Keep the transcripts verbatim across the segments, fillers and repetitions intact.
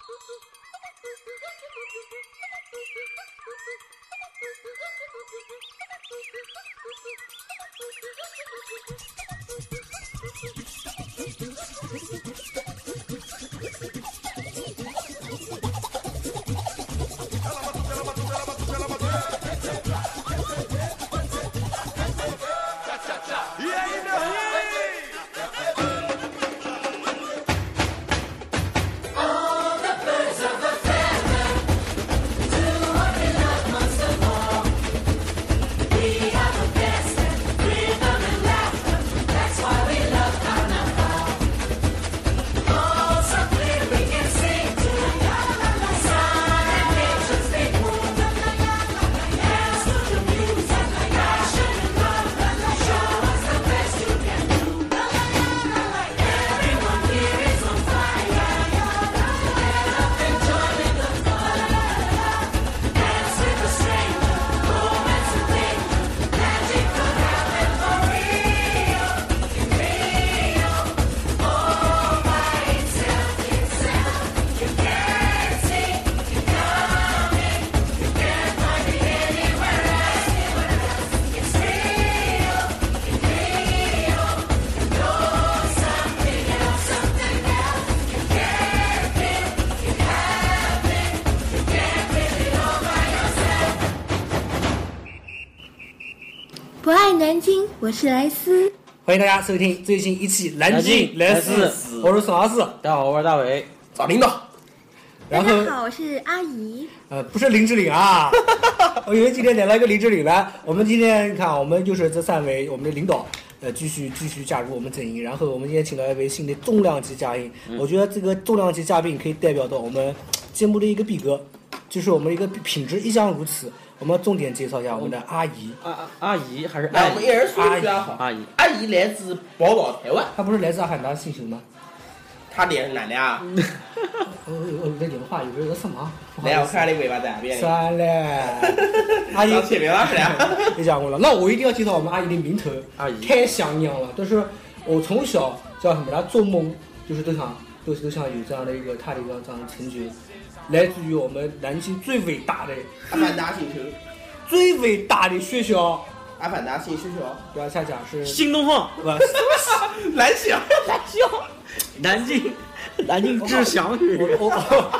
不爱南京，我是莱斯。 欢迎大家收听最新一期《南京莱斯》，我是宋老师。 大家好，我是大伟， 找领导。然后， 大家好，我是阿姨。 呃，不是林志玲啊，我以为今天来了一个林志玲来。我们今天你看，我们就是这三位我们的领导，呃，继续继续加入我们阵营。然后我们今天请了一位新的重量级嘉宾，嗯、我觉得这个重量级嘉宾可以代表到我们节目的一个逼格，就是我们一个品质一向如此。我们重点介绍一下我们的阿姨。 阿阿阿姨还是阿姨？我们一人说一句好。阿姨， 阿姨来自宝岛台湾。 她不是来自阿罕达星球吗？ 她脸是哪的啊？ 我我这电话有个什么？ 来，我看你尾巴在哪边。 算了，阿姨前面了是呀。 别讲过了，那我一定要介绍我们阿姨的名头。 阿姨太响亮了，但是我从小叫什么来做梦，就是都想都都想有这样的一个她的一个这样的成就。来自于我们南京最伟大的阿凡达星球， 最伟大的学校， 阿凡达星球对吧？下讲是新东方， 不， 蓝翔， 蓝翔，南京，南京志祥学院。 我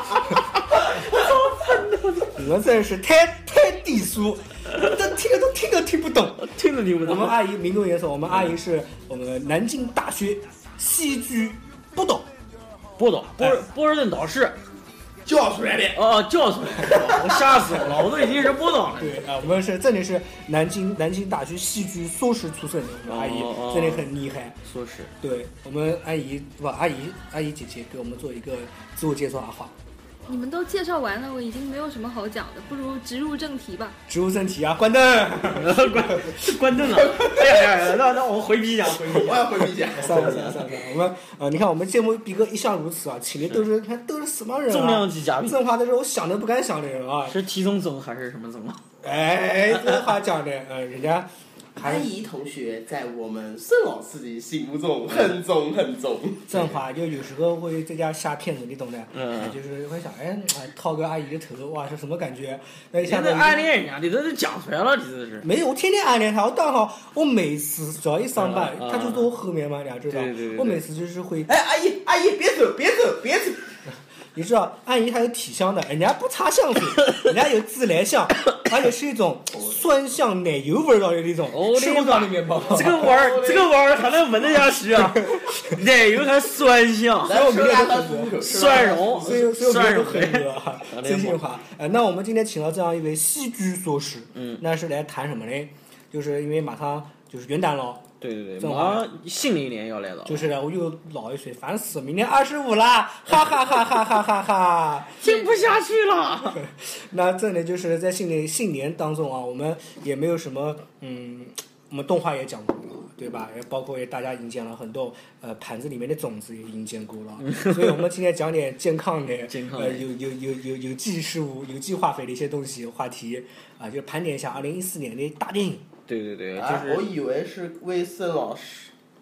我你们真是太太低俗，这听都听都听不懂， 听都听不懂。 我们阿姨名正言顺，我们阿姨是我们南京大学戏剧播导， 播导，波尔波尔顿导师。 叫出来的哦，叫出来的，我吓死我了，我都已经是播导了。 对啊，我们是真的是南京南京大学戏剧硕士出身的，我们阿姨、哦、真的很厉害。 硕士， 对我们阿姨不阿姨阿姨姐姐给我们做一个自我介绍啊话。 你们都介绍完了，我已经没有什么好讲的，不如直入正题吧。 直入正题啊！关灯， 关关灯了。哎呀呀呀，那那我们回避一下，回避， 我要回避一下。 算了算了算了，我们呃，你看我们节目逼格一向如此啊，请的都是看都是什么人啊？ 重量级嘉宾， 这话都是我想都不敢想的人啊。 是体总总还是什么总？ 哎，这话讲的，呃，人家。 阿姨同学在我们盛老师的心目中很重很重。 这话就有时候会在家下骗子，你懂的。 嗯， 就是会想，哎，掏个阿姨的头，哇，是什么感觉？那现在暗恋人家，你这是讲出来了，你这是。 没有，我天天暗恋他，我刚好我每次只要一上班，嗯、他就坐我后面嘛，你知道。 对对对。 我每次就是会， 哎，阿姨阿姨别走别走别走。 你知道，阿姨她有体香的，人家不擦香水，人家有自来香，而且是一种酸香奶油味道的那种吃不到的面包。 这个味儿，这个味儿还能闻得下去啊！奶油还酸香， 所以我明天都蒜蓉， 所以所以我们都很热啊，真心话。呃，那我们今天请到这样一位戏剧硕士，嗯，那是来谈什么呢？就是因为马上就是元旦了。 对对对，马上新的一年要来了， 就是我又老一岁，烦死！明年二十五啦，哈哈哈哈哈哈哈！ 听不下去了。 那这里就是在新年新年当中啊，我们也没有什么，嗯，我们动画也讲过了，对吧？也包括大家引荐了很多，呃，盘子里面的种子也引荐过了，所以我们今天讲点健康的， 健康呃，有有有有有机事物、有机化肥的一些东西话题啊，就盘点一下二零一四年的大电影。 对对对，就是、 啊、我以为是为盛老师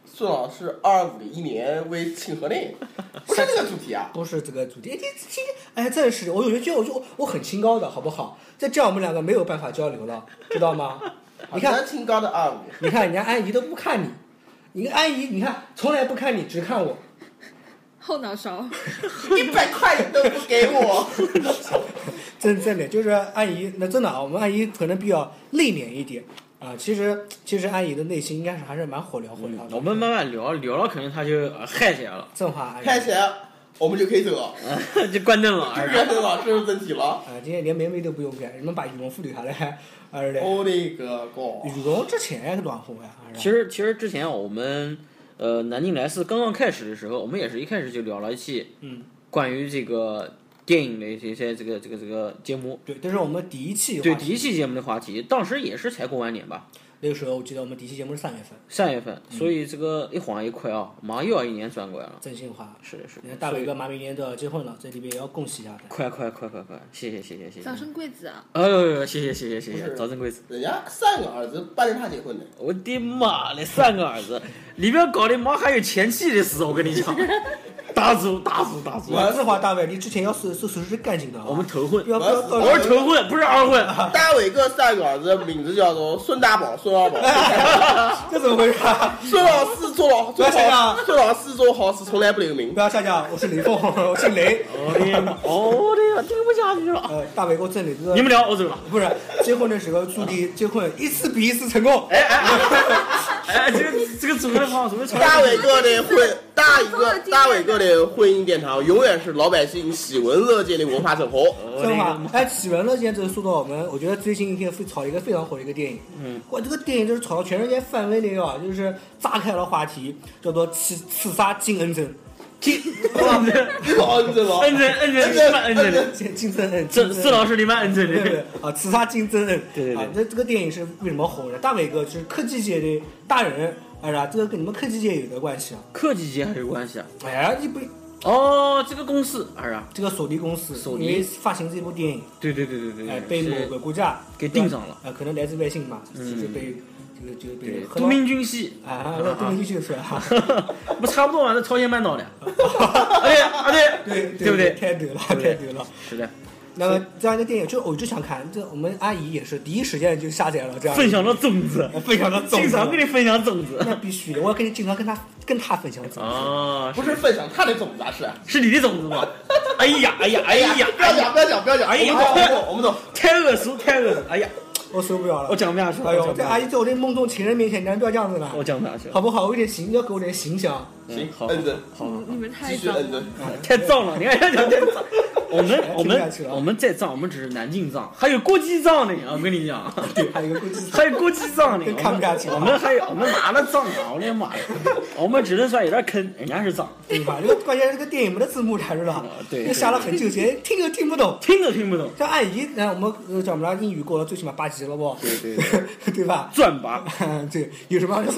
孙老师二五的一年为庆贺年，不是这个主题啊， 不是这个主题。哎，这今天哎，真是我有觉得我就我很清高的好不好？再这样我们两个没有办法交流了，知道吗？你看清高的二五， 你看人家安姨都不看你，你安姨你看从来不看你，只看我。 后脑勺， 一百块都不给我。 真真的就是安姨，那真的啊，我们安姨可能比较内敛一点啊。其实其实安姨的内心应该是还是蛮火燎火燎的。 我们慢慢聊聊了，肯定他就嗨起来了。 正话， 开起来我们就可以走了， 就关灯了， 关灯了，进入正题了。 啊，今天连妹妹都不用改，你们把羽绒服留下来，而嘞。 我的个哥！ 羽绒之前也是暖和呀。 其实其实之前我们呃南京来四刚刚开始的时候，我们也是一开始就聊了一期嗯关于这个电影的一些这个这个这个节目。 对，这是我们第一期对第一期节目的话题，当时也是才过完年吧。 那个时候我记得我们第一期节目是三月份， 三月份，所以这个一晃一快啊，马上又要一年转过来了。 真心话， 是的，是的。 你看大伟哥马明年都要结婚了，这里边也要恭喜一下他。 快快快快快，谢谢谢谢谢谢。 早生贵子啊！ 哎呦，谢谢谢谢谢谢，早生贵子。 人家三个儿子伴着他结婚的。 我的妈嘞，三个儿子，里边搞的妈还有前妻的事，我跟你讲。大叔大叔大叔， 我实话，大伟，你之前要收收收拾干净的啊。 我们头婚， 要不要？ 我是头婚，不是二婚。 大伟哥三个儿子名字叫做孙大宝、孙二宝。 这怎么回事？ 孙老四做老做好，孙老四做好事从来不留名。 不要瞎讲，我是雷锋，我姓雷。 我的，我的，听不下去了。 呃，大伟哥真的， 你们聊，我走了。 不是，结婚的时候注定结婚一次比一次成功。 哎哎哎，哎，这个这个主持人好，主持人。 大伟哥的婚，大一个大伟哥的婚姻殿堂永远是老百姓喜闻乐见的文化生活。 真话，哎，喜闻乐见这个说到我们，我觉得最近一天非炒一个非常火的一个电影。嗯，哇，这个电影就是炒到全世界范围内啊，就是炸开了话题，叫做刺刺杀金恩珍。金恩珍， 你好恩珍哦， 恩珍恩珍你蛮恩珍的， 金正恩， 这四老师你蛮恩珍的， 对对啊，刺杀金正恩， 对对对。 那这个电影是为什么红的？大伟哥是科技界的大人，哎呀，这个跟你们科技界有的关系啊。 科技界还有关系啊？ 哎呀，你不。 哦，这个公司，哎呀， 这个索尼公司， 索尼因为发行这部电影， 对对对对对， 哎，被某个国家给盯上了， 呃，可能来自外星嘛，就被这个就被都敏俊系啊，都敏俊系出来哈， 不差不多嘛，那朝鲜半岛的，对啊对， 对对不对？ 太对了，太对了， 是的。 那么这样一个电影，就我就想看，这我们阿姨也是第一时间就下载了，这样分享了种子， 分享了种子， 经常跟你分享种子， 那必须的，我要跟你经常跟他跟他分享种子啊， 不是分享他的种子啊，是是你的种子吗？哎呀哎呀哎呀， 不要讲不要讲不要讲， 哎呀， 我们懂我们懂， 太恶俗太恶俗，哎呀。 我受不了了， 我讲不下去了。 哎呦，在阿姨在我的梦中情人面前，你不要这样子了。 我讲不下去了， 好不好？我有点形，要给我点形象。 行， 好， 恩珍， 好， 你们太脏了， 太脏了！你看，讲太脏。我们我们我们再脏，我们只是南京脏，还有国际脏呢。我跟你讲， 对，还有个国际， 还有国际脏呢。 看不下去。 我们还有我们哪的脏啊？我的妈呀！我们只能说有点坑，人家是脏， 对吧？这个关键这个电影没得字幕才知道， 对， 下了很纠结，听都听不懂， 听都听不懂。 像阿姨，那我们叫我们俩英语过了最起码八级了不？ 对对对， 对吧？ 转吧， 对，有什么就是。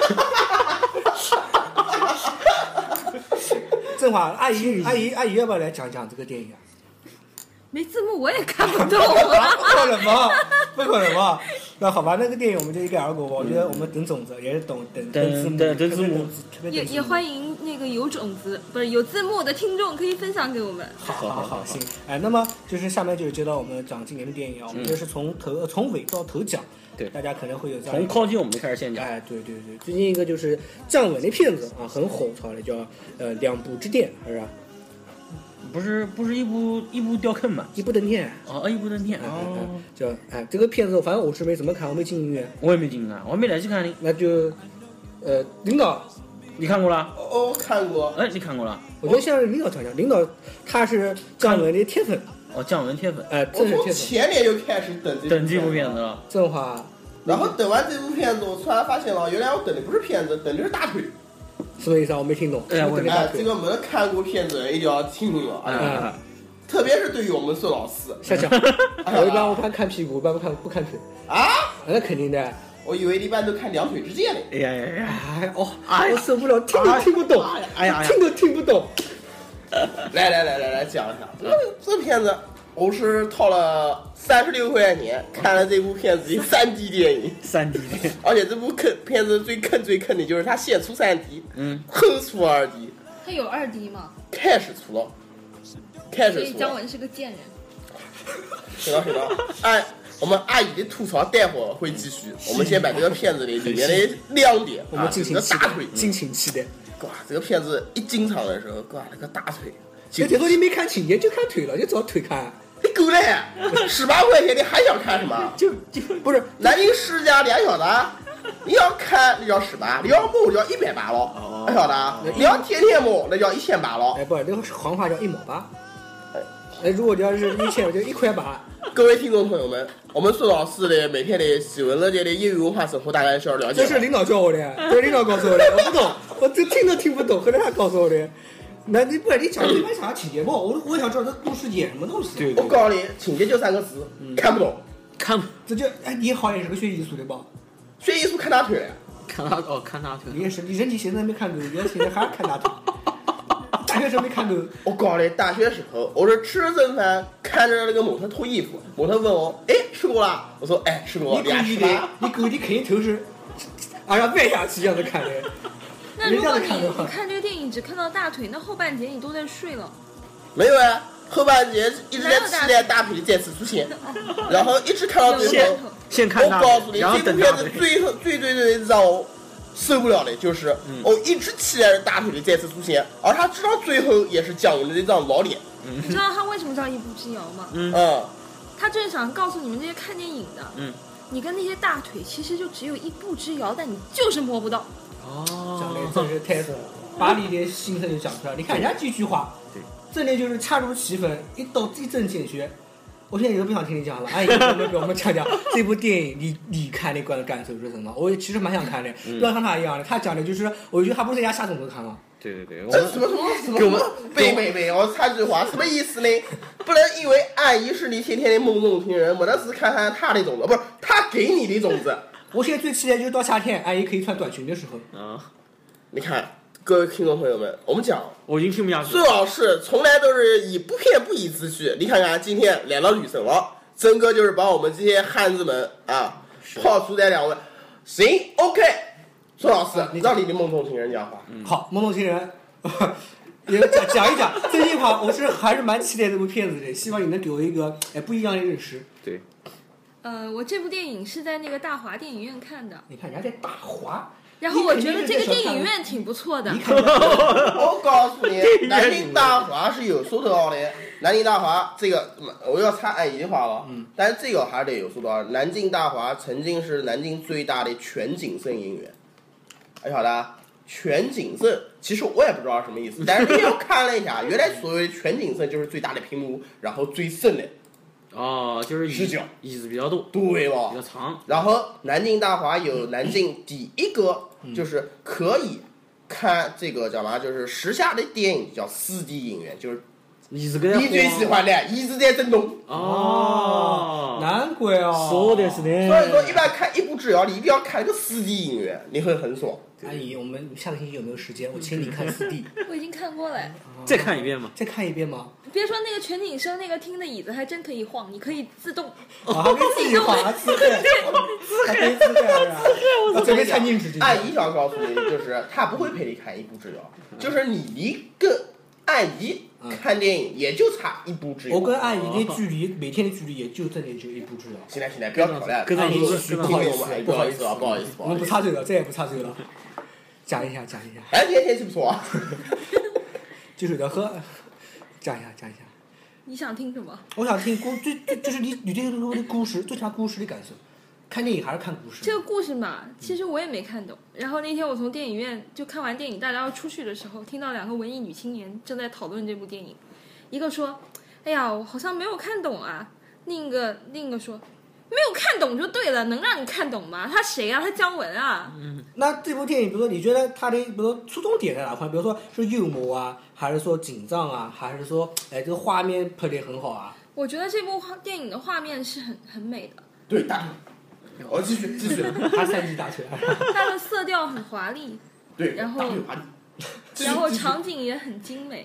正话，阿姨，阿姨，阿姨，要不要来讲讲这个电影啊？ 没字幕我也看不懂啊！ 不可能吧？不可能吧？那好吧，那个电影我们就一概而过吧。我觉得我们等种子也是等等等字幕， 等字幕， 也也欢迎那个有种子不是有字幕的听众可以分享给我们。 好好好，行。哎，那么就是下面就接到我们讲今年的电影啊，我们这是从头从尾到头讲。 对， 大家可能会有这样。 从靠近我们就开始先讲。 哎，对对对，最近一个就是姜文的片子啊，很火，炒的叫呃《两步之电》，是吧？ 不是不是一部一部掉坑吧？ 一步登天啊，一步登天哦，叫哎这个片子，反正我是没怎么看，我没进医院， 我也没进啊，我没来去看的。 那就呃，领导， 你看过了？ 哦，看过。 哎，你看过了？ 我觉得像是领导讲讲，领导他是姜文的铁粉。 哦，姜文铁粉， 哎，真是铁粉。 前年就开始等这等这部片子了， 真话。 然后等完这部片子，我突然发现了，原来我等的不是片子，等的是大腿。 什么意思啊？我没听懂。 哎，我哎，这个没看过片子的人一定要听听了，哎，特别是对于我们孙老师。 瞎讲，我一般我看看屁股，一般不看不看腿。 啊？ 那肯定的。 我以为一般都看两腿之间的。 哎呀呀呀！ 哎哦，我受不了，听都听不懂。 哎呀， 听都听不懂。 来来来来来，讲一下这这片子， 我是掏了三十六块钱看了这部片子的三 D 电影， 三 D 的， 而且这部坑片子最坑最坑的就是它先出三 D， 嗯， 后出二 D， 它有二 D 吗？ 开始出了，开所始出了。 以姜文是个贱人。 行了行了，按我们阿姨的吐槽待会儿会继续，我们先把这个片子里里面的亮点， 我们啊，这个敬请期待大腿，， 敬请期待。 哇，这个片子一进场的时候，哇，那个大腿， 就结果你没看情节，就看腿了，就找腿看。 你够了，十八块钱你还想看什么？ 就就不是南京十家两小时，你要看那叫十八，你要摸就要一百八了，两晓得？你要天天摸那叫一千八了。 哎，不，那个黄话叫一毛八。哎，如果要是一千，就一块八。 各位听众朋友们，我们孙老师的每天的喜闻乐见的业余文化生活，大家需要了解。 这是领导教我的，这是领导告诉我的，我不懂，我这听都听不懂，可是他告诉我的。那你不然你讲一般啥情节不？我我想知道这故事演什么东西。 对我告诉你，情节就三个字，看不懂。 看这就哎，你好像也是个学艺术的吧？ 学艺术看大腿， 看他哦，看大腿， 你也是，你人体现在没看够，你现在还是看大腿。大学生没看够。 我告诉你，大学时候我是吃了顿饭，看着那个模特脱衣服，模特问我，哎，吃过了？我说，哎，吃过。 你故意的，你故意的肯定头是，啊，要歪下去这样子看的。 那如果你你看这个电影只看到大腿，那后半截你都在睡了。 没有啊，后半截一直在期待大腿的再次出现，然后一直看到最后。 先看大我告诉你， 然后这部片子最最最最让我受不了的就是， 嗯、 我一直期待着大腿的再次出现，而他直到最后也是姜文的这张老脸。 嗯、 你知道他为什么叫一步之遥吗？ 嗯， 他就是想告诉你们这些看电影的， 嗯， 你跟那些大腿其实就只有一步之遥，但你就是摸不到。 哦， 讲的真是太爽了，把你的心声就讲出来。你看人家这句话， 对， 真的就是恰如其分，一刀一针见血。我现在都不想听你讲了，哎，我们给我们讲讲这部电影，你你看的感感受是什么？我其实蛮想看的，不要像他一样的，他讲的就是，我觉得他不是在家下种子看吗？ 对对对，我什么什么什么什么？没没没，我插句话，什么意思呢？不能因为阿姨是你天天的梦中情人，没得事看看他的种子，不是他给你的种子。 我现在最期待就是到夏天，阿姨可以穿短裙的时候。 啊， 你看。各位听众朋友们，我们讲， 我已经听不下去了。 孙老师从来都是以不偏不倚之举，你看看今天来了女神了，真哥就是把我们这些汉子们啊抛出在两位。行 ，OK， 孙老师，你让你的梦中情人讲话。 嗯、好，梦中情人，也讲讲一讲。这句话我是还是蛮期待这部片子的，希望你能给我一个哎不一样的认识。 对。 呃，我这部电影是在那个大华电影院看的。 你看人家在大华。 然后我觉得这个电影院挺不错的。 我告诉你，南京大华是有说道的。南京大华这个，我要插阿姨的话了，嗯，但是这个还是得有说道。南京大华曾经是南京最大的全景声影院，还晓得？全景声，其实我也不知道什么意思，但是那天我看了一下，原来所谓的全景声就是最大的屏幕，然后最深的。 哦，就是视角椅子比较多， 对吧？ 比较长。 然后南京大华有南京第一个，就是可以看这个叫嘛，就是时下的电影叫四 D 影院，就是椅子跟你最喜欢的椅子在震动。 哦， 难怪哦。 说的是的。 所以说，一般看一部只要你一定要看一个四 D 影院，你会很爽。 阿姨，我们下个星期有没有时间？我请你看四 D。 我已经看过了。 再看一遍吗？ 再看一遍吗？ 别说那个全景声，那个厅的椅子还真可以晃，你可以自动。 啊，可以自己晃，自黑，还可以自黑啊！我准备参进去。 阿姨想告诉你，就是他不会陪你看一步之遥，就是你离跟阿姨看电影也就差一步之遥。 我跟阿姨的距离，每天的距离也就真的就一步之遥。 现在现在不要挑战， 跟阿姨继续，不好意思， 不好意思啊，不好意思， 我们不插嘴了，再也不插嘴了。讲一下，讲一下。 哎，今天天气不错啊。 就是的，喝。讲一下，讲一下。 你想听什么？ 我想听故，最最就是你你这个的故事，最差故事的感受。看电影还是看故事？ 这个故事嘛，其实我也没看懂。然后那天我从电影院就看完电影，大家要出去的时候，听到两个文艺女青年正在讨论这部电影。一个说：“哎呀，我好像没有看懂啊。”另一个另一个说：“没有看懂就对了，能让你看懂吗？他谁啊？他姜文啊。” 嗯。那这部电影，比如说你觉得它的，比如说初衷点在哪块？比如说是幽默啊，还是说紧张啊，还是说，哎，这个画面拍得很好啊？ 我觉得这部电影的画面是很很美的。 对，大腿。我继续继续。 他三 D 大腿。 它的色调很华丽。 对。 然后。然后场景也很精美。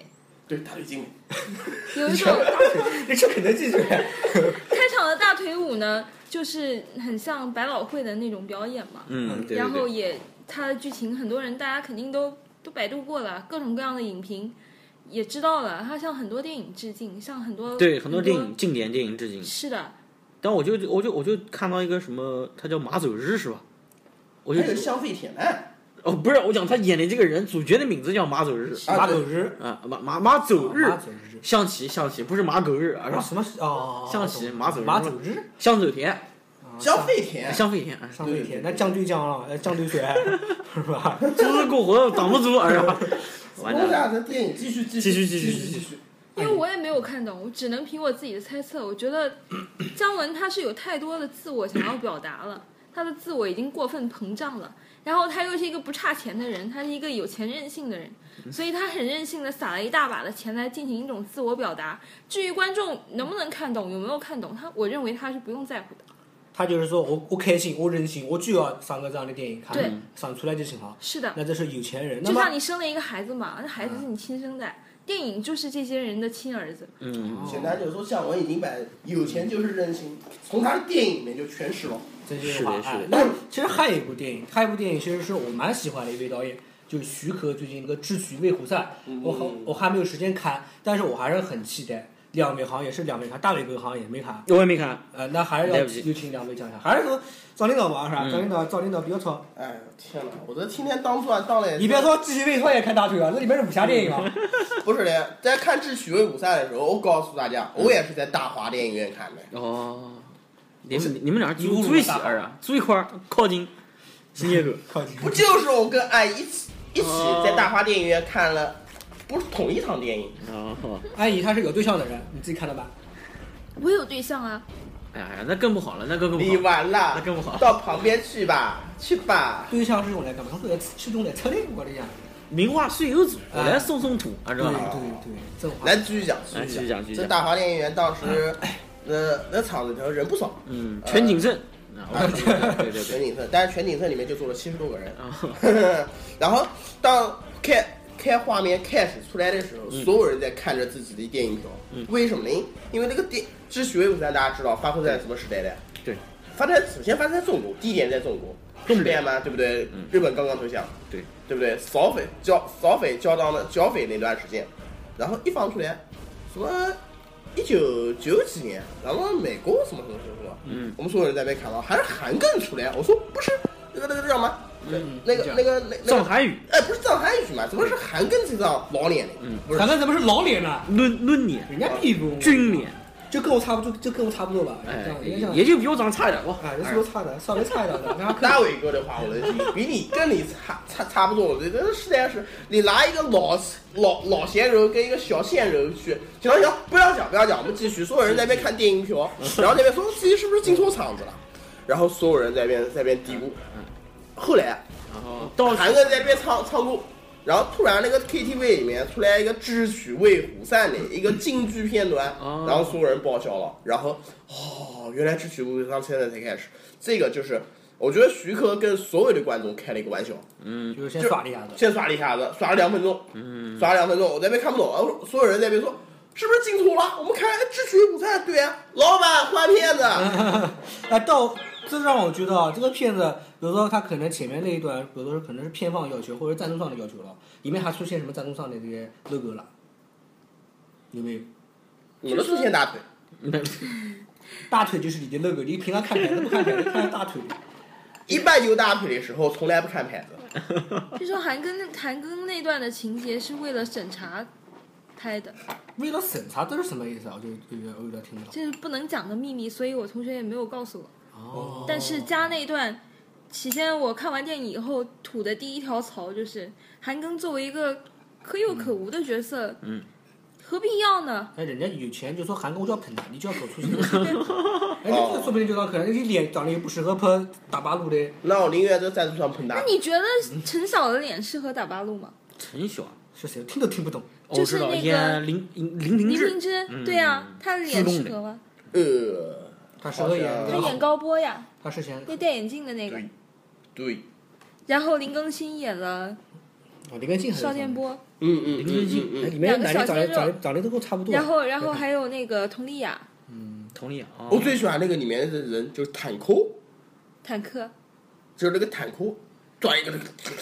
对，大腿精美。 有一种你吃肯德基去。 开场的大腿舞呢，就是很像百老汇的那种表演嘛。 嗯，对对对然后也它的剧情，很多人大家肯定都都百度过了，各种各样的影评也知道了。它向很多电影致敬，向很多对很多电影经典电影致敬。 是的。 但我就我就我就看到一个什么，他叫马走日是吧？我就还有香废铁男。 哦，不是，我讲他演的这个人，主角的名字叫马走日。 马走日啊，马马马走日。 马走日。 象棋象棋不是马狗日啊，是吧？ 什么哦？ 象棋马走日。 马走日。 香走田。 香废田。 香废田。 香废田，那将对将了，呃，将对水，是吧？ 组织过火挡不住，是吧？ 完了，这电影继续继续继续续继继续。 因为我也没有看懂，我只能凭我自己的猜测。我觉得姜文他是有太多的自我想要表达了，他的自我已经过分膨胀了。然后他又是一个不差钱的人，他是一个有钱任性的人，所以他很任性的撒了一大把的钱来进行一种自我表达。至于观众能不能看懂，有没有看懂，他我认为他是不用在乎的。 他就是说我我开心，我任性，我就要上个这样的电影看， 对， 上出来就行了。 是的， 那这是有钱人。 就像你生了一个孩子嘛，那孩子是你亲生的。嗯，电影就是这些人的亲儿子。 嗯， 简单就是说，姜文已经把有钱就是任性，从他的电影里面就诠释了。 这句话。 是的，是的。 那其实还有一部电影，还有一部电影其实是我蛮喜欢的一位导演，就是徐克最近那个《智取威虎山》， 嗯， 我好我还没有时间看，但是我还是很期待。两位好像也是两位看，大伟哥好像也没看。 我也没看。 呃，那还是要有请两位讲一下，还是说赵领导吧，是吧？ 嗯、 赵领导，赵领导比较吵。 哎呦天哪！我这天天当转当来。 你别说《智取威虎山》也看大腿啊，这里面是武侠电影啊。 不是的，在看《智取威虎山》的时候，我告诉大家，我也是在大华电影院看的。 哦。你们你们俩住住一起啊？住一块儿，靠近新街口。 靠近。 不就是我跟安一起一起在大华电影院看了？不是同一场电影。 哦， 安怡她是有对象的人，你自己看的吧？ 我有对象啊。 哎呀，那更不好了，那更更不好。 你完了， 那更不好。 到旁边去吧，去吧。 对象是用来干嘛？是是用来测定我的呀。 名花虽有主，我来送送土，啊，知道吧？ 对对对，正好。 来继续讲， 来继续讲，继续讲。 这大华电影院当时，呃，那场子里头人不少。 嗯，全景声。 啊，对对对，全景声，但是全景声里面就坐了七十多个人。然后当开。开画面开始出来的时候， 嗯、 所有人在看着自己的电影票。 嗯、 为什么呢？因为那个电《智取威虎山》大家知道发生在什么时代的？ 对， 发生首先发生在中国，地点在中国，东边嘛，对不对？ 嗯、 日本刚刚投降， 对， 对不对？扫匪剿扫匪交当的剿匪那段时间，然后一放出来，什么一九九几年，然后美国什么什么什么什么， 嗯， 我们所有人在那边看到，还是韩庚出来，我说不是那个那个叫什么？ 嗯， 那个那个那藏韩语， 哎，不是藏韩语嘛？怎么是韩庚这张老脸呢？ 嗯， 不是，韩庚怎么是老脸呢？ 抡抡脸， 人家屁股军脸， 就跟我差不多，就跟我差不多吧。 哎，也就比我长差一点吧。 哎，也是我差的，稍微差一点的。 大伟哥的话，我能听，比你跟你差差差不多。这这实在是，你拿一个老老老鲜肉跟一个小鲜肉去，行行，不要讲不要讲，我们继续。所有人在那边看电影票，然后那边说自己是不是进错场子了，然后所有人在那边在那边嘀咕。后来。 到韩庚在那边唱唱歌，然后突然那个 K T V 里面出来一个《智取威虎山》的一个京剧片段， 哦、 然后所有人爆笑了。然后哦，原来《智取威虎山》现在才开始，这个就是我觉得徐克跟所有的观众开了一个玩笑， 嗯， 就是先耍了一下子， 先耍了一下子，耍了两分钟， 嗯， 耍了两分钟，我在那边看不懂，然后所有人在那边说。是不是进错了？我们看《智取威虎山》，对啊，老板换片子。 哎，到这让我觉得啊，这个片子，比如说他可能前面那一段，比如说可能是片方要求或者赞助商的要求了，里面还出现什么赞助商的这些 logo 了，有没有？ 你们出现大腿， 大腿就是你的 logo，你平常看牌子不看牌子，看大腿。 一般有大腿的时候，从来不看牌子。 据说韩庚韩庚那段的情节是为了审查。拍的， 为了审查，这是什么意思啊？我就有点有点听不懂。 这是不能讲的秘密，所以我同学也没有告诉我。 哦。 但是加那段，起先我看完电影以后吐的第一条槽就是韩庚作为一个可有可无的角色， 嗯， 何必要呢？ 哎，人家有钱就说韩庚我就要喷他，你就要搞出息。哎，这说不定就让可能你脸长得又不适合拍打八路的。 那我宁愿这赞助商喷他。 那你觉得陈晓的脸适合打八路吗？ 陈晓是谁？听都听不懂。 就是那个林林林林林芝，对啊，他的脸适合吗？ 呃， 他适合演， 他演高波呀， 他是先那戴眼镜的那个， 对， 然后林更新演了哦，林更新邵建波， 嗯嗯嗯嗯哎， 嗯。 里面男的长得两个小鲜肉长得长得都差不多。 然后然后还有那个佟丽娅， 嗯，佟丽娅。哦我最喜欢那个里面的人就是坦克， 坦克， 就是那个坦克转一个那个，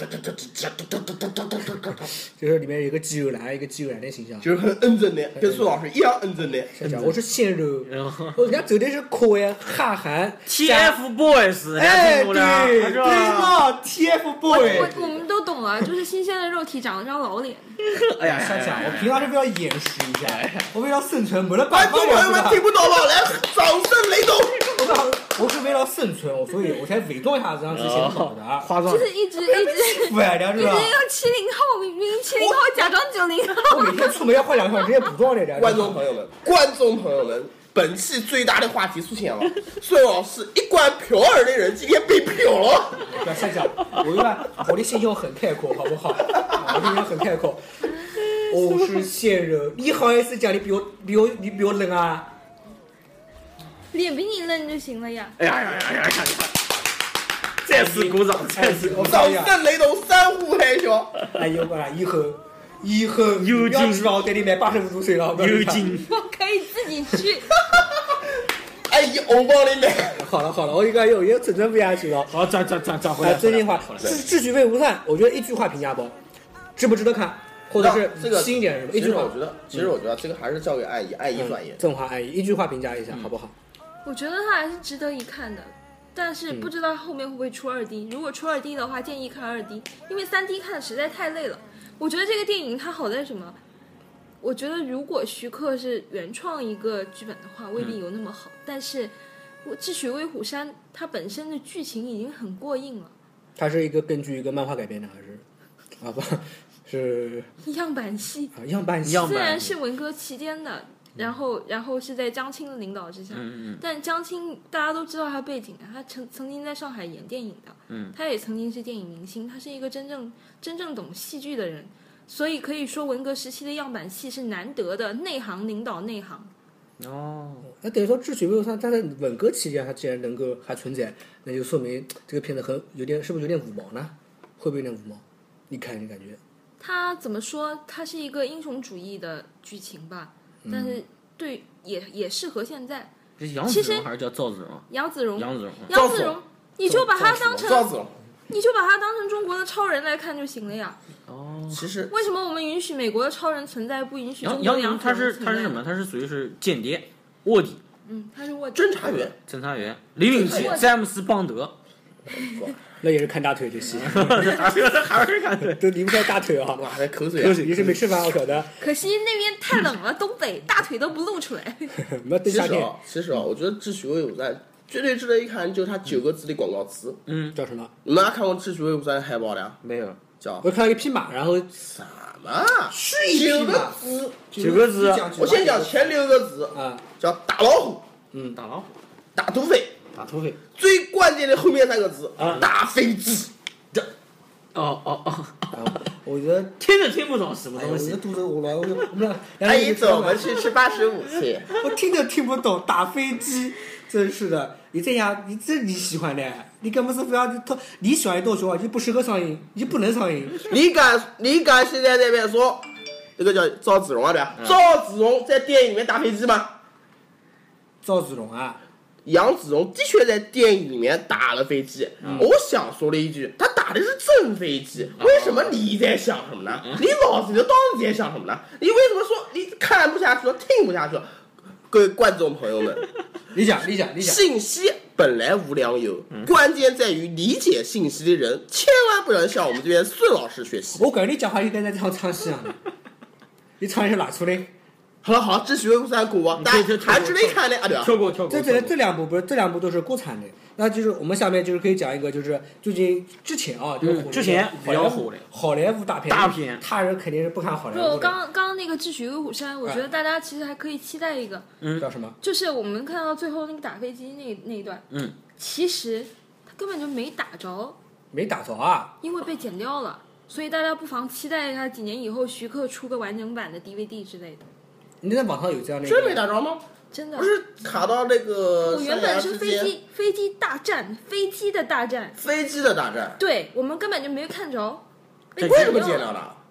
就是里面有一个肌肉男，一个肌肉男的形象。 就是很认真的，跟苏老师一样认真的。 想想我是鲜肉， 然后我人家走的是可爱哈韩 T F Boys， 哎， 听对对过了是吧？ 嘛 ，T F 我 boy。 我我们都懂了，就是新鲜的肉体长了张老脸。 哎呀， 想想，我平常是为了掩饰一下，我为了生存，没了观办法众朋友们听不懂吗？来，掌声雷动！ 我我是为了生存，我所以我才伪装一下这样子显好的。 化妆就是一直一直不然的是吧？ 一直用七零后，明明七零后假装九零后。 我每天出门要换两套直接补妆来的。 观众朋友们，观众朋友们，本期最大的话题出现了，孙老师一贯嫖儿的人今天被嫖了。 不要瞎讲，我一般我的心胸很开阔，好不好？我的心胸很开阔。我是鲜肉，你好意思讲你比我比我你比我冷啊？ 脸比你嫩就行了呀。 哎呀呀呀呀呀！再次鼓掌，再次鼓掌我告诉你啊， 声雷动，山呼海啸。 哎呦我以后以后有劲要指望我带你买八十五度水了，我告诉你有劲。 我可以自己去。 哎呀，红包里面。 好了好了，我应该有也整整不下去了。 好，转转转转回哎， 来。 真心话， 回来智智取威虎山，我觉得一句话评价不，值不值得看，或者是这个新一点什么？一句话其实我，觉得，其实我觉得这个还是交给爱姨，爱姨专业。 正话安逸，一句话评价一下，好不好？ 我觉得它还是值得一看的，但是不知道后面会不会出二 D。如果出二 D 的话，建议看二 D，因为三 D 看实在太累了。我觉得这个电影它好在什么？我觉得如果徐克是原创一个剧本的话，未必有那么好。但是，我《智取威虎山》它本身的剧情已经很过硬了。 它是一个根据一个漫画改编的，还是啊不是样板戏啊样板戏？ 样板虽然是文革期间的，然后然后是在江青的领导之下， 嗯嗯但江青大家都知道他背景啊，他曾曾经在上海演电影的， 嗯， 他也曾经是电影明星，他是一个真正真正懂戏剧的人，所以可以说文革时期的样板戏是难得的内行领导内行。 哦， 那等于说《智取威虎山》它在文革期间，它既然能够还存在，那就说明这个片子很有点，是不是有点五毛呢？会不会有点五毛？你看你感觉？ 他怎么说？他是一个英雄主义的剧情吧，但是对也也适合现在。 这杨子荣还是叫赵子荣？ 杨子荣， 杨子荣。 杨子荣，你就把他当成赵子龙。 你就把他当成中国的超人来看就行了呀。 哦， 其实为什么我们允许美国的超人存在，不允许中杨杨子国的杨子荣他是荣存在他是什么？？他是属于是间谍、卧底、 嗯，他是卧底。 侦查员。 侦查员、零零七、詹姆斯邦德， 那也是看大腿的戏， 还是还是看对。 都离不开大腿啊！ 哇，这口水啊！ 口水也是没吃饭，我晓得。 可惜那边太冷了，东北大腿都不露出来。 没等夏天其实啊，其实啊，我觉得《智取威虎山》绝对值得一看，就是它九个字的广告词。 嗯， 叫什么？ 你们还看过《智取威虎山》海报的呀？ 没有叫我看到一匹马，然后什么？九个字。 九个字我先讲前六个字， 啊， 叫大老虎、 打老虎、 大土匪。 打土匪。 最关键的后面三个字啊， 大飞机。 哦哦哦， 我觉得， 听都听不懂什么哎呀，我的东西。 肚子饿了，我就我们俩。 阿姨，走，我们去吃八十五去。 我听都听不懂，打飞机，真是的。你这样，你这你喜欢的，你根本是非要你他你喜欢的东西啊，就不适合上映，你就不能上映。 你敢，你敢现在在那边说，那个叫赵子龙啊，对吧？赵子龙在电影里面打飞机吗？ 赵子龙啊， 杨子荣的确在电影里面打了飞机。我想说了一句，他打的是真飞机，为什么你在想什么呢？你脑子里当时在想什么呢？你为什么说你看不下去了，听不下去了？各位观众朋友们， 你讲，你讲，你讲。 信息本来无良有，关键在于理解信息的人，千万不能向我们这边孙老师学习。 我感觉你讲话应该在唱唱戏啊，你唱一下哪出来？ 好了好了，智取威虎山过啊，但还值得一看的啊，对吧？ 跳过跳过。 这这这两部不是这两部都是国产的，那就是我们下面就是可以讲一个，就是最近之前啊，就是嗯之前比较火的好莱坞大片， 大片他人肯定是不看好莱不， 坞的。 刚刚刚那个《智取威虎山》，我觉得大家其实还可以期待一个， 叫什么？ 就是我们看到最后那个打飞机那那一段， 嗯， 其实他根本就没打着， 没打着啊？ 因为被剪掉了，所以大家不妨期待一下几年以后徐克出个完整版的 D V D 之类的。 你在网上有这样的？ 真没打着吗？ 真的不，是卡到那个我原本是山崖之间飞机飞机大战，飞机的大战， 飞机的大战， 对我们根本就没看着，被为什么剪掉了？ 剪掉了？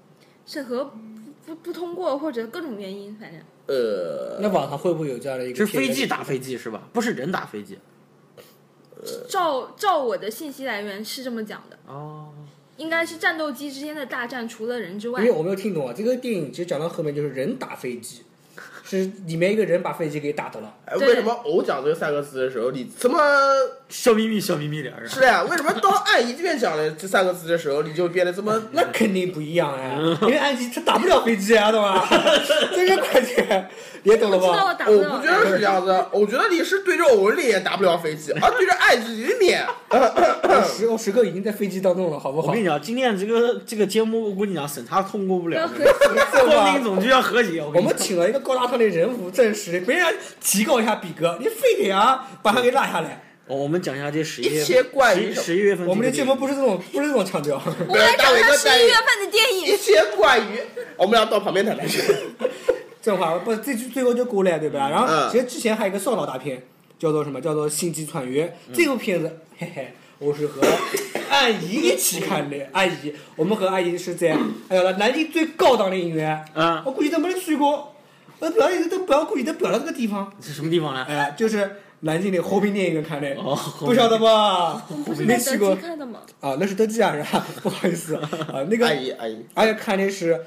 审核不不不通过，或者各种原因，反正。 呃， 那网上会不会有这样的一个？ 是飞机打飞机是吧？不是人打飞机。 照照我的信息来源是这么讲的。 哦。 应该是战斗机之间的大战，除了人之外。 因为我没有听懂啊，这个电影其实讲到后面就是人打飞机，是里面一个人把飞机给打到了。 哎，为什么我讲这三个字的时候，你这么笑眯眯、笑眯眯的？ 是呀，为什么到暗一这边讲的这三个字的时候，你就变得这么？ 那肯定不一样哎，因为暗一他打不了飞机啊，懂吧？这是关键，你也懂了吧？ 我知道我打不了。 我不觉得是这样子，我觉得你是对着我的脸打不了飞机，而对着暗一的脸。 时我时刻已经在飞机当中了，好不好？ 我跟你讲，今天这个这个节目，我跟你讲，审查通过不了。 光光明总局要和解。 我们请了一个高大上的人物证实，别人提高一下逼格，你非得啊把他给拉下来。 我们讲一下这十一月一切关于十一月份。 我们的节目不是这种不是这种腔调。 我们来讲一下十一月份的电影。 一切关于，我们俩到旁边谈谈去。 正话不，这最后就过来对吧？然后其实之前还有一个烧脑大片，叫做什么？叫做《星际穿越》。这部片子，嘿嘿。我是和阿姨一起看的，阿姨，我们和阿姨是在哎呀，南京最高档的影院， 嗯， 我估计都没人去过，我表演都不要故意都表到这个地方， 是什么地方呢？ 哎，就是南京的和平电影院看的， 哦， 不晓得吧？没去过看的吗？ 啊，那是德基啊，是吧？不好意思啊，那个阿姨阿姨， 而且看的是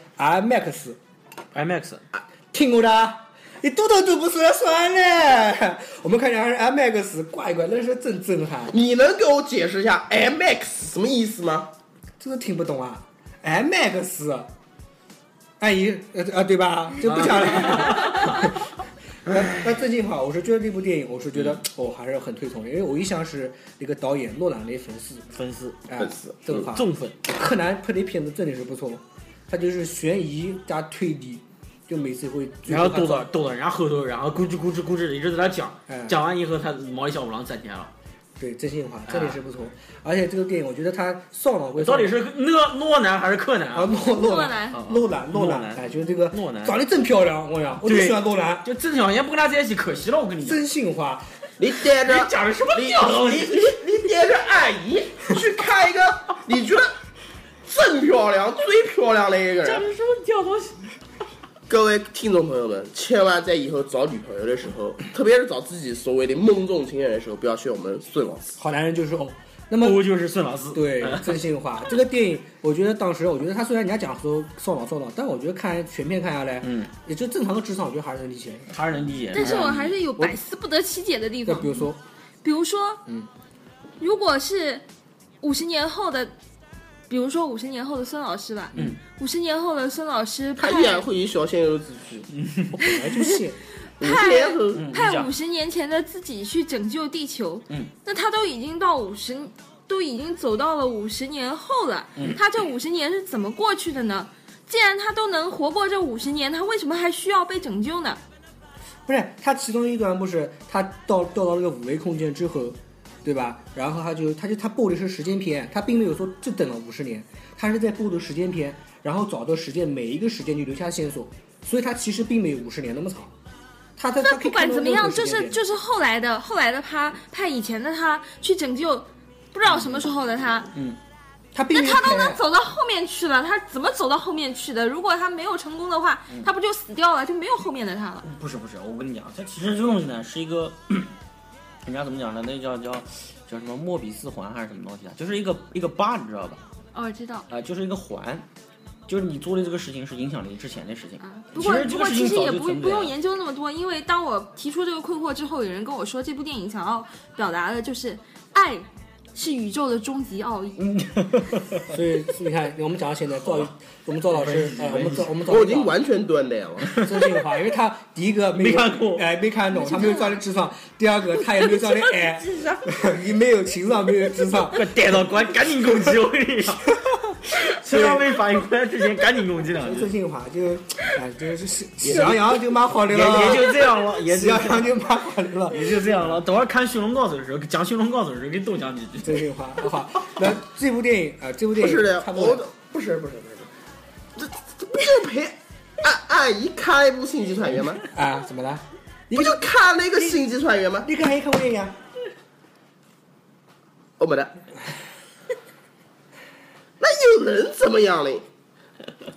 IMAX，IMAX， 听过的。你读都读不出来算了，我们看见还是 M X， 怪怪，那是真震撼。 你能给我解释一下 M X 什么意思吗？ 这个听不懂啊 ，M X， 阿姨，呃啊对吧？就不讲了。那那正经话，我是觉得这部电影，我是觉得我、哦、还是很推崇的，因为我一向是一个导演诺兰的粉丝， 粉丝， 哎、 粉丝， 正话， 重粉。 柯南拍的片子真的是不错，他就是悬疑加推理。就每次会， 然后逗到逗到人家后头，然后咕吱咕吱咕吱一直在那讲， 哎、 讲完以后他毛利小五郎暂停了。 对，真心话，真的是不错。而且这个电影，我觉得他烧脑归到底是诺诺南还是柯南啊？诺诺兰，诺兰，诺兰，哎，就是这个诺兰长得真漂亮，我讲，我就喜欢诺兰。 就郑小燕不跟他在一起，可惜了，我跟你讲。 真心话， 你带着你讲的什么屌？ 你你你带着阿姨去看一个你觉得真漂亮、最漂亮的一个人。 讲的什么屌东西？ 各位听众朋友们，千万在以后找女朋友的时候，特别是找自己所谓的梦中情人的时候，不要学我们孙老师。 好男人就是欧，那么欧就是孙老师。 对，真心话。这个电影，我觉得当时，我觉得他虽然人家讲说烧脑烧脑，但我觉得看全片看下来， 嗯， 也就正常的智商，我觉得还是能理解， 还是能理解。 但是我还是有百思不得其解的地方。 比如说， 比如说， 嗯， 如果是五十年后的。比如说五十年后的孙老师吧， 嗯， 五十年后的孙老师他依然会以小鲜肉自居， 我本来就信。 派派五十年前的自己去拯救地球， 嗯， 那他都已经到五十，都已经走到了五十年后了， 嗯， 他这五十年是怎么过去的呢？既然他都能活过这五十年，他为什么还需要被拯救呢？ 不是，他其中一段不是他到掉到那个五维空间之后。对吧？然后他就他就他播的是时间片，他并没有说就等了五十年，他是在播的时间片，然后找到时间每一个时间就留下线索，所以他其实并没有五十年那么长。他他那不管怎么样，就是就是后来的后来的他派以前的他去拯救，不知道什么时候的他， 嗯， 他并那他都能走到后面去了，他怎么走到后面去的？如果他没有成功的话， 嗯、 他不就死掉了，就没有后面的他了？ 不是不是，我跟你讲，这其实这个东西呢是一个。人家怎么讲呢？那叫叫叫什么莫比斯环还是什么东西啊？就是一个一个八，你知道吧？ 哦，知道。 啊、呃，就是一个环，就是你做的这个事情是影响你之前的事情。 啊，不过不过其实也不不用研究那么多，因为当我提出这个困惑之后，有人跟我说这部电影想要表达的就是爱是宇宙的终极奥义。 嗯，所以你看，我们讲到现在，赵我们赵老师，呃，我们赵我们赵我已经完全断电了。 真心话，因为他第一个没看过， 哎，没看懂，他没有装的智商；第二个，他也没有装的爱，你没有情商，没有智商。 我逮到关，赶紧攻击！我跟你讲，谁还没反应过来之前，赶紧攻击两句。 真心话就，哎，就是喜羊羊就蛮好的了，也就这样了，也喜羊羊就蛮好的了， 也就这样了。等会儿看《驯龙高手》的时候，讲《驯龙高手》的时候，给多讲几句。 真心话，好。那这部电影啊，这部电影不是的，我不是不是不是，这这不就陪阿阿姨看了一部《星际穿越》吗？ 啊，怎么了？ 你不就看了一个《星际穿越》吗？ 你看没看过电影？ 我没得。那又能怎么样嘞？ 我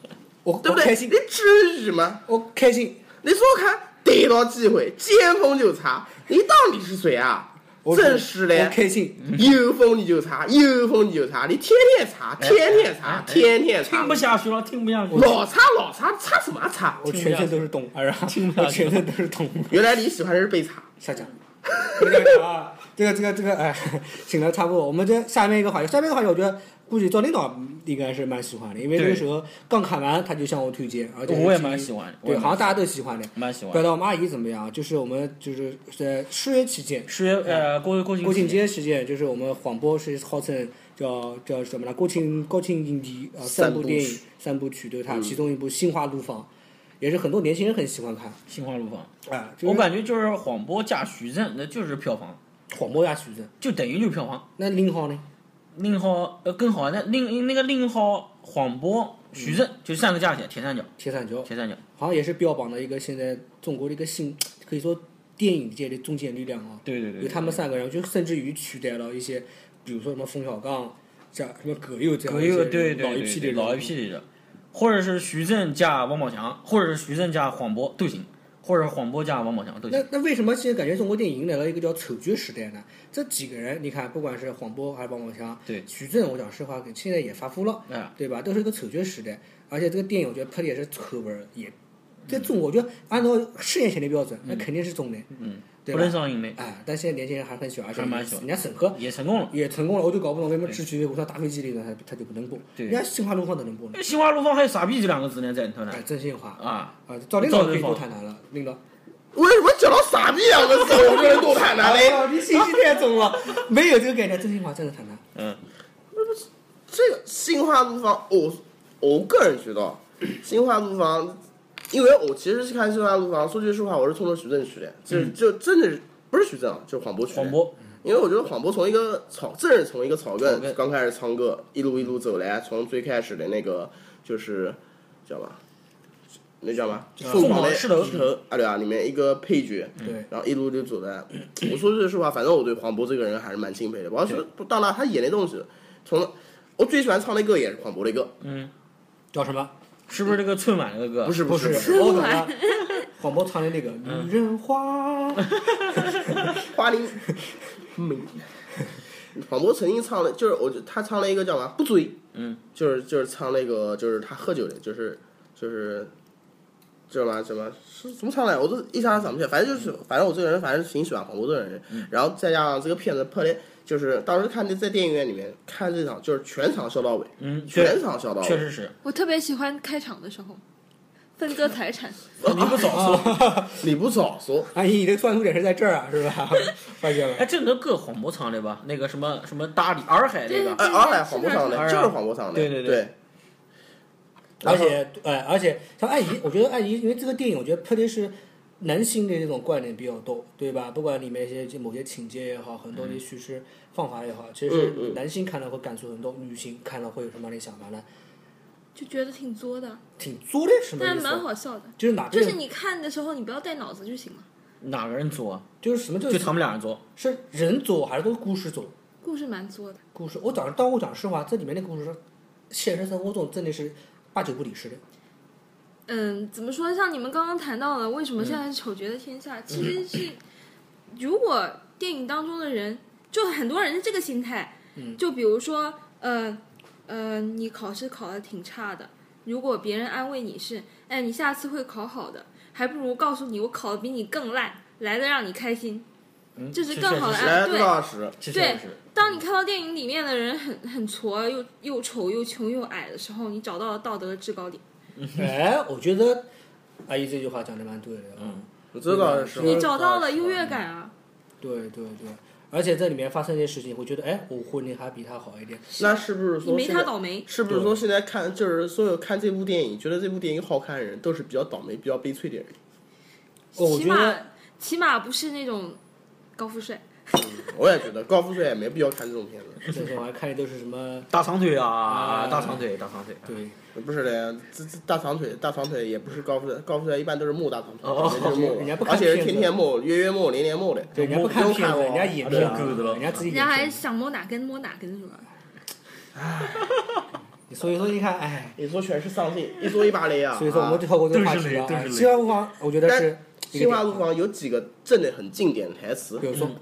我对不对？ 我开心你，至于吗？ 我开心。 你说看逮到机会见风就插，你到底是谁啊？ 我真是的我，开心。 有风你就插，有风你就插，你天天插，天天插，天天插听不，下去了，听不下去了。 老插老插，插什么插？ 我全身都是洞，啊，然后听不下去我全身都是洞。 原来你喜欢的是被插。 下降。这个啊，这个这个这个，哎，行了，差不多。我们这下面一个话题，下面一个话题，我觉得估计赵领导应该是蛮喜欢的，因为那个时候刚看完他就向我推荐，而且我也蛮喜欢， 对，好像大家都喜欢的。 蛮喜欢。 不知道我们阿姨怎么样？就是我们就是在十月期间， 十月呃国国庆国庆节期间，就是我们黄渤是号称叫叫什么呢？国庆国庆影帝啊，三部电影三部曲，对他其中一部《心花怒放》，也是很多年轻人很喜欢看。 《心花怒放》 哎， 我感觉就是黄渤加徐峥，那就是票房， 黄渤加徐峥， 就等于就是票房。 那宁浩呢？ 宁浩呃更好，那宁那个宁浩、黄渤、徐峥就三个加起来铁三角， 铁三角， 铁三角。 好像也是标榜了一个现在中国的一个新，可以说电影界的中坚力量啊。 对对对， 有他们三个人，就甚至于取代了一些，比如说什么冯小刚、像什么葛优这样葛一些优对对老一批的人老一批的，或者是徐峥加王宝强，或者是徐峥加黄渤都行，或者是黄渤加王宝强都行。 那那为什么现在感觉中国电影迎来了一个叫丑角时代呢？这几个人，你看，不管是黄渤还是王宝强， 对， 徐峥，我讲实话，现在也发福了， 哎， 对吧？都是一个丑角时代，而且这个电影我觉得拍的也是丑味儿，也在中国，我觉得按照十年前的标准，那肯定是中的， 嗯， 对吧不能？上映没， 哎，但现在年轻人还很喜欢，而且还蛮喜欢人家审核也成功了。 也成功了，我就搞不懂为什么之前我说大飞机里呢，他他就不能播， 对人家心花怒放都能播呢。 那心花怒放还有傻逼这两个字呢在里头呢哎，真心话啊！ 啊！赵领导可以多谈谈了，领导。 为什么讲到傻逼两个字，我就能多谈谈嘞？ 哦，你信息太重了，没有这个概念，真心话真的谈谈。 嗯， 这个心花怒放，我我个人觉得心花怒放，因为我其实是看心花怒放，说句实话，我是冲着徐峥去的，就就真的是不是徐峥，就是黄渤去的。 黄渤， 因为我觉得黄渤从一个草，真是从一个草草根根刚开始唱歌，一路一路走来，从最开始的那个就是叫吧，那叫嘛，凤凰的狮头狮头啊，对啊，里面一个配角， 对， 然后一路就走来。我说句实话，反正我对黄渤这个人还是蛮钦佩的。我要是当然他演的东西，从我最喜欢唱的歌也是黄渤的歌， 嗯， 叫什么？ 是不是这个春晚那个歌？ 不是不是是，我懂了。黄渤唱的那个《女人花》， 花林美。黄渤曾经唱了，就是我他唱了一个叫什么不追， 嗯， 就是就是唱那个就是他喝酒的，就是就是叫什么什么是怎么唱来，我都一下子想不起来。反正就是反正我这个人反正挺喜欢黄渤这个人， 嗯然后再加上这个片子拍的，就是当时看这在电影院里面看这场就是全场笑到尾， 嗯， 全场笑到尾， 确实是。 我特别喜欢开场的时候，分割财产。 你不早说， 你不早说， 阿姨，你的关注点是在这儿啊，是吧？发现了。 哎，这那歌黄渤唱的吧？那个什么什么大理洱海那个， 哎，洱海黄渤唱的， 洱海就是黄渤唱的， 对对对对。 而且，哎，而且像艾怡，我觉得艾怡，因为这个电影，我觉得拍的是男性的这种观点比较多，对吧？不管里面一些某些情节也好，很多的叙事方法也好，其实嗯嗯男性看了会感触很多，女性看了会有什么样的想法呢？ 就觉得挺作的， 挺作的，什么但意思？ 蛮好笑的。 就是哪边就是你看的时候，你不要带脑子就行了。 哪个人作啊？ 就是什么？就就是他们俩人作。 是人作还是都是故事作？ 故事蛮作的， 故事，我讲，当我讲实话，这里面的故事，现实生活中真的是八九不离十的。 嗯，怎么说？像你们刚刚谈到了，为什么现在是丑角的天下？其实是，如果电影当中的人，就很多人是这个心态， 嗯就比如说，呃呃，你考试考的挺差的，如果别人安慰你是，哎，你下次会考好的，还不如告诉你我考的比你更烂，来的让你开心， 嗯， 这是更好的确实安慰。 来， 对杜，老师， 是， 对确实是。 当你看到电影里面的人很很矬，又又丑又穷又矮的时候，你找到了道德的制高点。 哎，我觉得阿姨这句话讲的蛮对的。 嗯， 我知道是。 你找到了优越感啊！ 对对对，而且这里面发生一些事情，会觉得哎，我混的还比他好一点。 那是不是你没说现在他倒霉。 是不是说现在看就是所有看这部电影，觉得这部电影好看的人，都是比较倒霉、比较悲催的人？ 哦，我起码觉得起码不是那种高富帅。 我也觉得高富帅也没必要看这种片子。 这些我还看的都是什么？ 大长腿啊， 啊大长腿，大长腿。 对， 不是的，这这大长腿，大长腿也不是高富帅，高富帅一般都是木大长腿， 哦就是木人家不看而且是片子天天木、月月木、年年木的。 对，人家不看片子，人家演片啊对啊子，人家自己人家还演片子。 想摸哪根摸哪根是吧？ 你所以说你看，哎， 你说全是丧心，一说一把雷啊。 所以说我们就跳过这个话题了。啊，心花怒放，我觉得是。 心花怒放有几个真的很经典的台词， 比如说，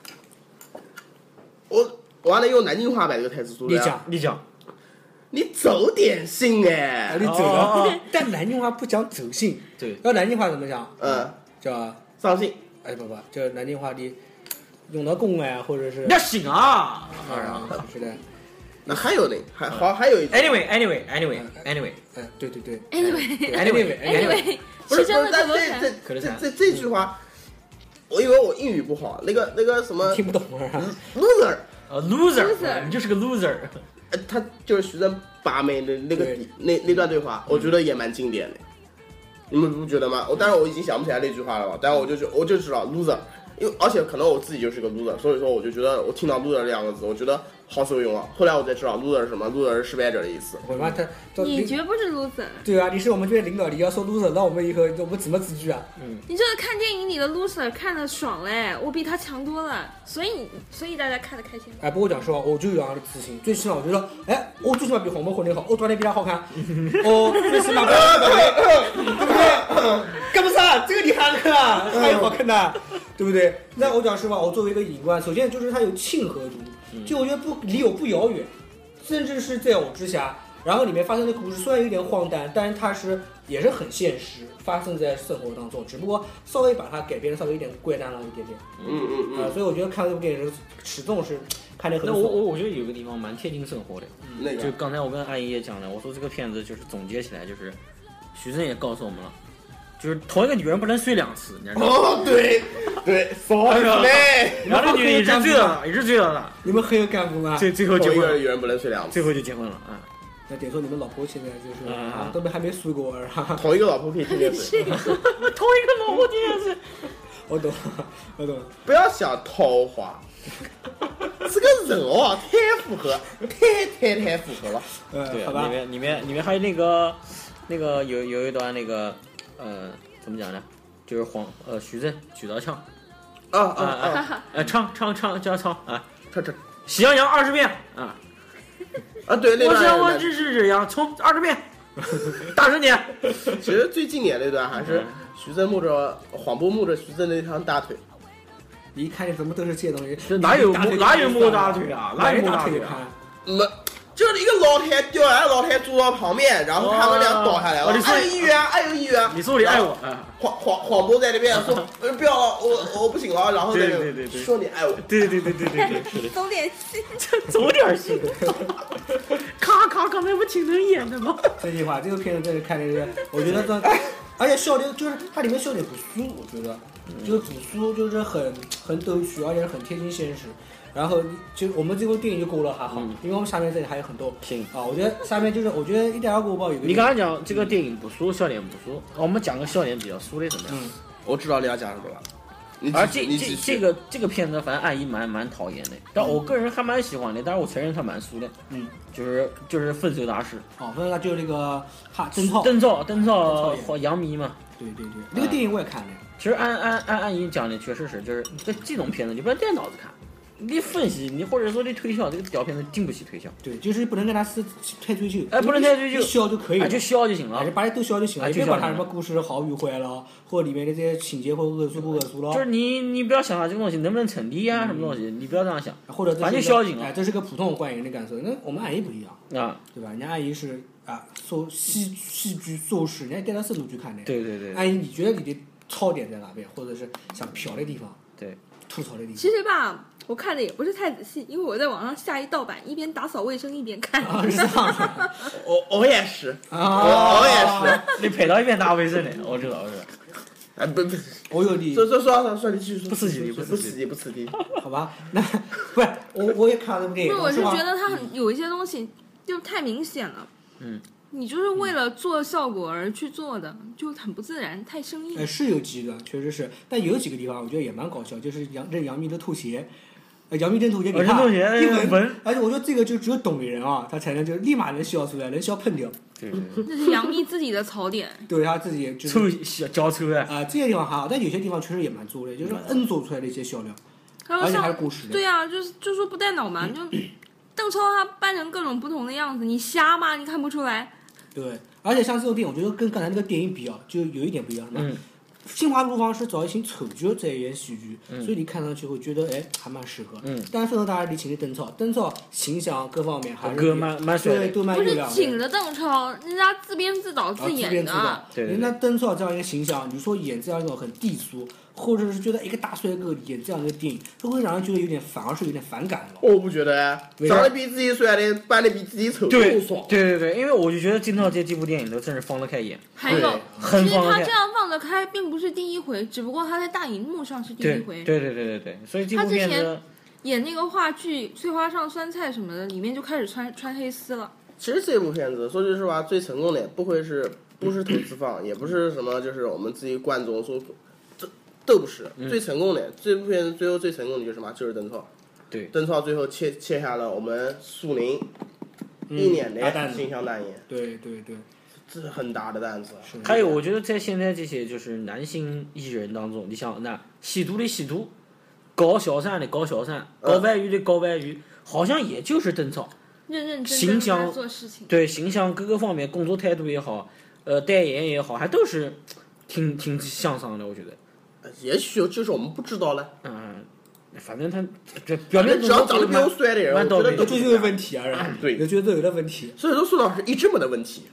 我我还能用南京话把这个台词说出来。 你讲， 你讲。 你走点性哎， 你走了，但南京话不讲走性， 对， 要南京话怎么讲？ 嗯， 叫上性。 哎不不，叫南京话的用到功哎，或者是要醒啊， 啊，是的。 那还有呢，还好还有一 anyway anyway anyway anyway， 嗯，对对对 anyway anyway anyway， 不是是真的但可这这这这这句话，我以为我英语不好，那个那个什么听不懂啊 ，loser， 呃 loser， 你就是个 loser。 呃，他就是徐峥把妹的那个那那段对话，我觉得也蛮经典的，你们不觉得吗？我当然我已经想不起来那句话了吧，但我就觉我就知道 loser， 因为而且可能我自己就是个 loser， 所以说我就觉得我听到 loser 这两个字，我觉得好受用啊。后来我才知道 loser 是什么 ，loser 是失败者的意思。 我妈他， 你绝不是 loser。 对啊，你是我们这边领导，你要说 loser， 那我们以后我们怎么自居啊？ 嗯， 你这个看电影里的 loser 看的爽嘞，我比他强多了，所以所以大家看得开心。 哎，不过讲实话，我就有样的自信，最起码我觉得，哎，我最起码比黄渤混得好，我锻炼比他好看，我最起码比他对不对？干不上，这个你还看啊？还有好看的，对不对？那我讲实话，我作为一个影观，首先就是它有亲和度，就我觉得不离我不遥远，甚至是在我之下。然后里面发生的故事虽然有点荒诞，但是它是也是很现实，发生在生活当中，只不过稍微把它改编的稍微有点怪诞了一点点。 嗯嗯嗯。 呃，所以我觉得看这部电影的始终是看得很。 那我我我觉得有个地方蛮贴近生活的， 那个就刚才我跟阿姨也讲了，我说这个片子就是总结起来就是，徐峥也告诉我们了，就是同一个女人不能睡两次，你知道吗？ 哦，对对，说的嘞。 然后那女人一直追到他，一直追到他， 你们很有干部吗？ 最最后结婚， 女人不能睡两次， 最后就结婚了啊。 那等于说你们老婆现在就是啊，都没还没睡过啊。 同一个老婆可以天天睡， 同一个老婆天天睡。 我懂，我懂。 不要想桃花，这个人哦，太符合，太太太符合了。 呃， 对， 好吧。 里面里面里面还有那个那个有有一段那个呃怎么讲呢？就是黄呃徐峥举到枪。 啊啊啊！ 呃，唱唱唱叫唱啊， 唱唱， 喜羊羊二十遍啊。 啊，对，那我段想我只是这样，冲二十遍，大声点。 其实最经典那段还是徐峥摸着黄渤摸着徐峥那条大腿， 你一看你怎么都是这些东西， 这哪有摸哪有摸大腿啊？哪有摸大腿啊？ 没，就是一个老太掉下来，老太坐到旁边，然后他们俩倒下来了。哎有医院，哎有医院。 你说你爱我， 黄黄黄渤在那边说不要了，我我不行了，然后那个说你爱我。 对对对对对对， 走点心， 走点心。咔咔，刚才不挺能演的吗？ 这句话，这个片子真是看的是，我觉得这，而且笑点就是它里面笑点不俗，我觉得就是不俗，就是很很逗趣，而且很贴近现实。然后就我们这部电影就够了还好，嗯、因为我们下面这里还有很多。 行啊，我觉得下面就是我觉得一点二五报有个。 你刚才讲这个电影不俗，笑点不俗，我们讲个笑点比较俗的怎么样？ 嗯，我知道你要讲什么了。 而这这这个这个片子，反正阿姨蛮蛮讨厌的，但我个人还蛮喜欢的，但是我承认它蛮俗的。 嗯， 就是就是分手大师。 哦，分手大师就是那个哈邓超。 邓超邓超和杨幂嘛。 对对对，那个电影我也看了。 其实按按按阿姨讲的，确实是就是这这种片子就不要带脑子看。你分析，你或者说你推销这个屌片子经不起推销。 对，就是不能跟他是太追求， 哎，不能太追求， 笑就可以了， 就笑就行了， 就把它都笑就行了，别管他什么故事好与坏了，或者里面的这些情节或恶俗不恶俗了。 就是你你不要想它这个东西能不能成立啊，什么东西，你不要这样想， 或者反正笑就行了。 哎，这是个普通观影的感受，那我们阿姨不一样啊， 对吧？人家阿姨是啊，受戏戏剧受视，人家带到深度去看的。 对对对。 阿姨，你觉得你的槽点在哪边，或者是想瞟的地方？ 对。 吐槽的地方。 其实吧，我看的也不是太仔细，因为我在网上下一盗版，一边打扫卫生一边看。 啊，是这样的。 我我也是， 啊， 我也是。 你陪到一边打卫生的，我知道，我知道。 哎，不不， 我有理。 说说说说说，你继续说。 不刺激， 不刺激，不刺激。 好吧，那不是我我也看了这部电影。 不，我是觉得它很有一些东西就太明显了。 嗯。 你就是为了做效果而去做的，就很不自然，太生硬。 哎，是有几个，确实是，但有几个地方我觉得也蛮搞笑，就是杨这杨幂的吐血，呃，杨幂真吐血给他一闻，而且我觉得这个就只有懂的人啊，他才能就立马能笑出来，能笑喷掉。 对对。 这是杨幂自己的槽点。 对他自己臭小娇臭啊。 啊，这些地方还好，但有些地方确实也蛮作的，就是摁做出来的一些笑料，而且还是故事。 对啊，就是就说不带脑嘛，就。 邓超他扮成各种不同的样子，你瞎吗？你看不出来？ 对，而且像这种电影，我觉得跟刚才那个电影比啊，就有一点不一样，是吧？ 嗯新华路方是找一群丑角在演喜剧， 嗯所以你看上去会觉得哎还蛮适合。 嗯， 但是分头大家里请的邓超，邓超形象各方面还是哥蛮蛮帅的对都蛮不是优良的。 请的邓超，人家自编自导啊， 自演的。 编自导， 对对对人家邓超这样一个形象，你说演这样一种很低俗，或者是觉得一个大帅哥演这样一个电影，都会让人觉得有点反而是有点反感了。 我不觉得， 为啥长得比自己帅的扮的比自己丑对更爽。 对对对，因为我就觉得金涛这几部电影都真是放得开演， 还有， 很放得开其实他这。样放得开，并不是第一回，只不过他在大荧幕上是第对一回。 对对对对对，所以这部片子他之前演那个话剧《翠花上酸菜》什么的，里面就开始穿穿黑丝了。 其实这部片子说句实话，最成功的不会是不是投资方，也不是什么就是我们自己观众说，这都不是。 嗯最成功的这部片子最后最成功的就是什么？就是邓超。 对， 邓超最后切切下了我们苏宁嗯一年的大担子形象代言， 对对对， 这是很大的担子。 是还有我觉得在现在这些就是男性艺人当中，你想那吸毒的吸毒，搞小三的搞小三，搞外遇的搞外遇，好像也就是邓超。 认认真形真象在做事情。 对形象各个方面，工作态度也好，呃，代言也好，还都是挺挺向上的，我觉得。 也许就是我们不知道了。 嗯，反正他这表面只要长得比我帅的人，我蛮觉得都这就是有问题啊，人对我觉得都有点问题。 所以说，苏老师一直没得问题。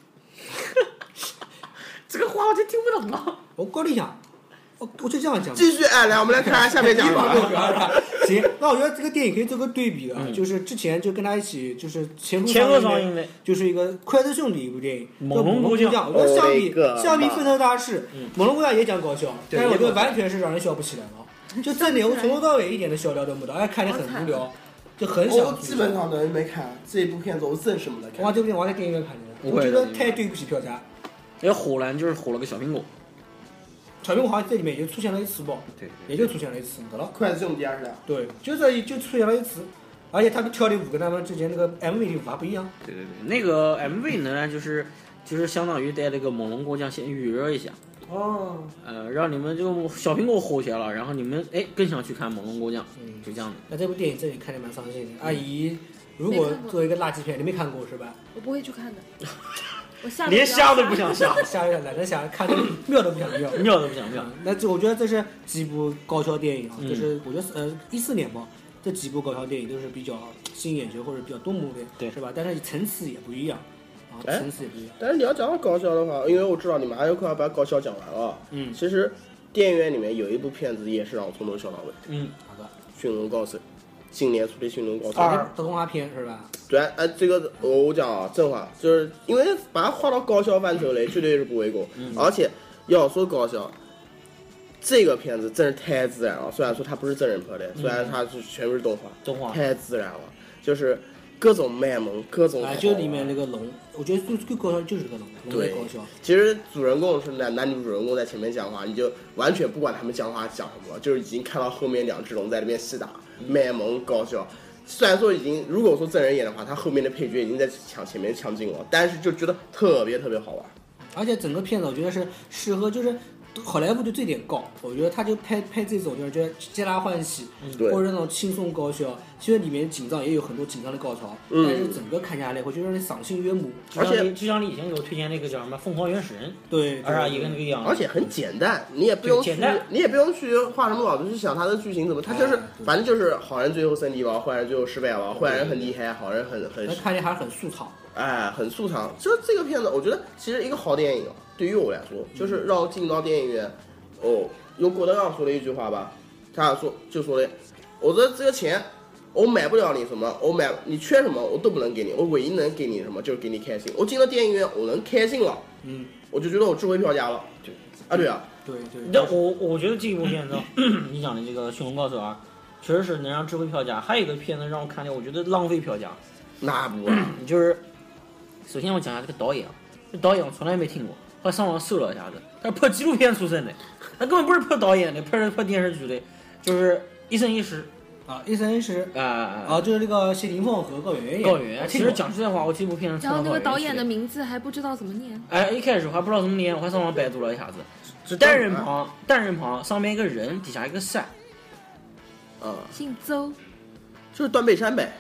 这个话我真听不懂啊。 我告诉你讲，我我就这样讲。 继续，哎，来，我们来看看下面讲吧。 行，那我觉得这个电影可以做个对比的，就是之前就跟他一起，就是前后前后上映的， 上映的， 就是一个筷子兄弟一部电影， 猛叫《猛龙龙过江将》。我觉得相比我的个妈相比《奋斗大事》，《猛龙过江》也讲搞笑， 对但是我觉得也搞笑完全是让人笑不起来了。就这点，我从头到尾一点的笑料都没得，而且看着很无聊，就很想。 我基本上都没看这部片子，我真是没得看。 我这部电影我在电影院看的， 我我觉得也是太对不起票价。 要火了就是火了个小苹果。 小苹果好像在里面也就出现了一次吧， 对， 也就出现了一次，得了。 筷子兄弟也是的。 对，就这就出现了一次，而且他们跳的舞跟他们之前那个 M V 的舞还不一样。 对对对，那个 M V 呢，就是就是相当于带那个猛龙过江先预热一下， 哦， 呃，让你们这个小苹果火起来了，然后你们哎更想去看猛龙过江， 嗯， 就这样的。 那这部电影真的看着蛮伤心的。阿姨，如果作为一个垃圾片，你没看过是吧？ 我不会去看的。我下连下都不想下， 下一个懒得想，看个瞄都不想瞄。 瞄都不想瞄。 那这我觉得这是几部搞笑电影啊， 嗯就是我觉得是呃一四年吧，这几部搞笑电影都是比较吸引眼球或者比较动目的， 对是吧？但是层次也不一样啊， 哎层次也不一样。 但是你要讲到搞笑的话，因为我知道你马上就快要把搞笑讲完了。 嗯， 其实电影院里面有一部片子也是让我从头笑到尾， 嗯， 好的。 《驯龙高手》，今年出的《驯龙高手》。 二动画片是吧？ 对，哎，这个我讲啊，正话，就是因为把它划到搞笑范畴内，绝对是不为过。 嗯而且要说搞笑，这个片子真是太自然了。虽然说它不是真人拍的，虽然它是全部是动画， 动画太自然了，就是各种卖萌，各种哎， 好就里面玩那个龙，我觉得最最搞笑就是这个龙，龙对最搞笑。 其实主人公是男男女主人公在前面讲话，你就完全不管他们讲话讲什么，就是已经看到后面两只龙在那边戏打，卖萌搞笑。虽然说已经，如果说真人演的话，他后面的配角已经在抢前面抢镜了，但是就觉得特别特别好玩。 而且整个片子我觉得是适合，就是好莱坞就这点高，我觉得他就拍拍这种就是觉得皆大欢喜， 对或者那种轻松高笑。其实里面紧张也有很多紧张的高潮， 嗯但是整个看下来会觉得让人赏心悦目。 就像你就像你以前给我推荐那个叫什么《疯狂原始人》， 对， 二啥一个那个样， 而且很简单，你也不用去对简单， 你也不用去花什么脑子去想它的剧情怎么，它就是哎对反正就是好人最后胜利了，坏人最后失败了，坏人很厉害，好人很很那看起来还是很素套。 哎很素常。就是这个片子，我觉得其实一个好电影，对于我来说，就是让我进到电影院。哦，用郭德纲说的一句话吧，他说就说的，我的这个钱。我买不了你什么，我买你缺什么我都不能给你，我唯一能给你什么就是给你开心。我进了电影院，我能开心了， 嗯， 我就觉得我值回票价了。 对， 啊对啊， 对对。 那我我觉得这一部片子，你讲的这个《驯龙高手》啊，确实是能让值回票价。还有一个片子让我看见，我觉得浪费票价。 那不啊， 你就是，首先我讲一下这个导演啊，这导演我从来没听过，后来上网搜了一下子，他是拍纪录片出身的，他根本不是拍导演的，拍是拍电视剧的，就是一生一世啊，一生一世啊啊啊，就是那个谢霆锋和高圆圆演的。 高圆圆。其实讲实在话，我这部片子然后那个导演的名， 名字还不知道怎么念， 哎，一开始我还不知道怎么念，我还上网百度了一下子，单人旁，单人旁上面一个人，底下一个山， 啊， 姓邹。 就是断背山呗。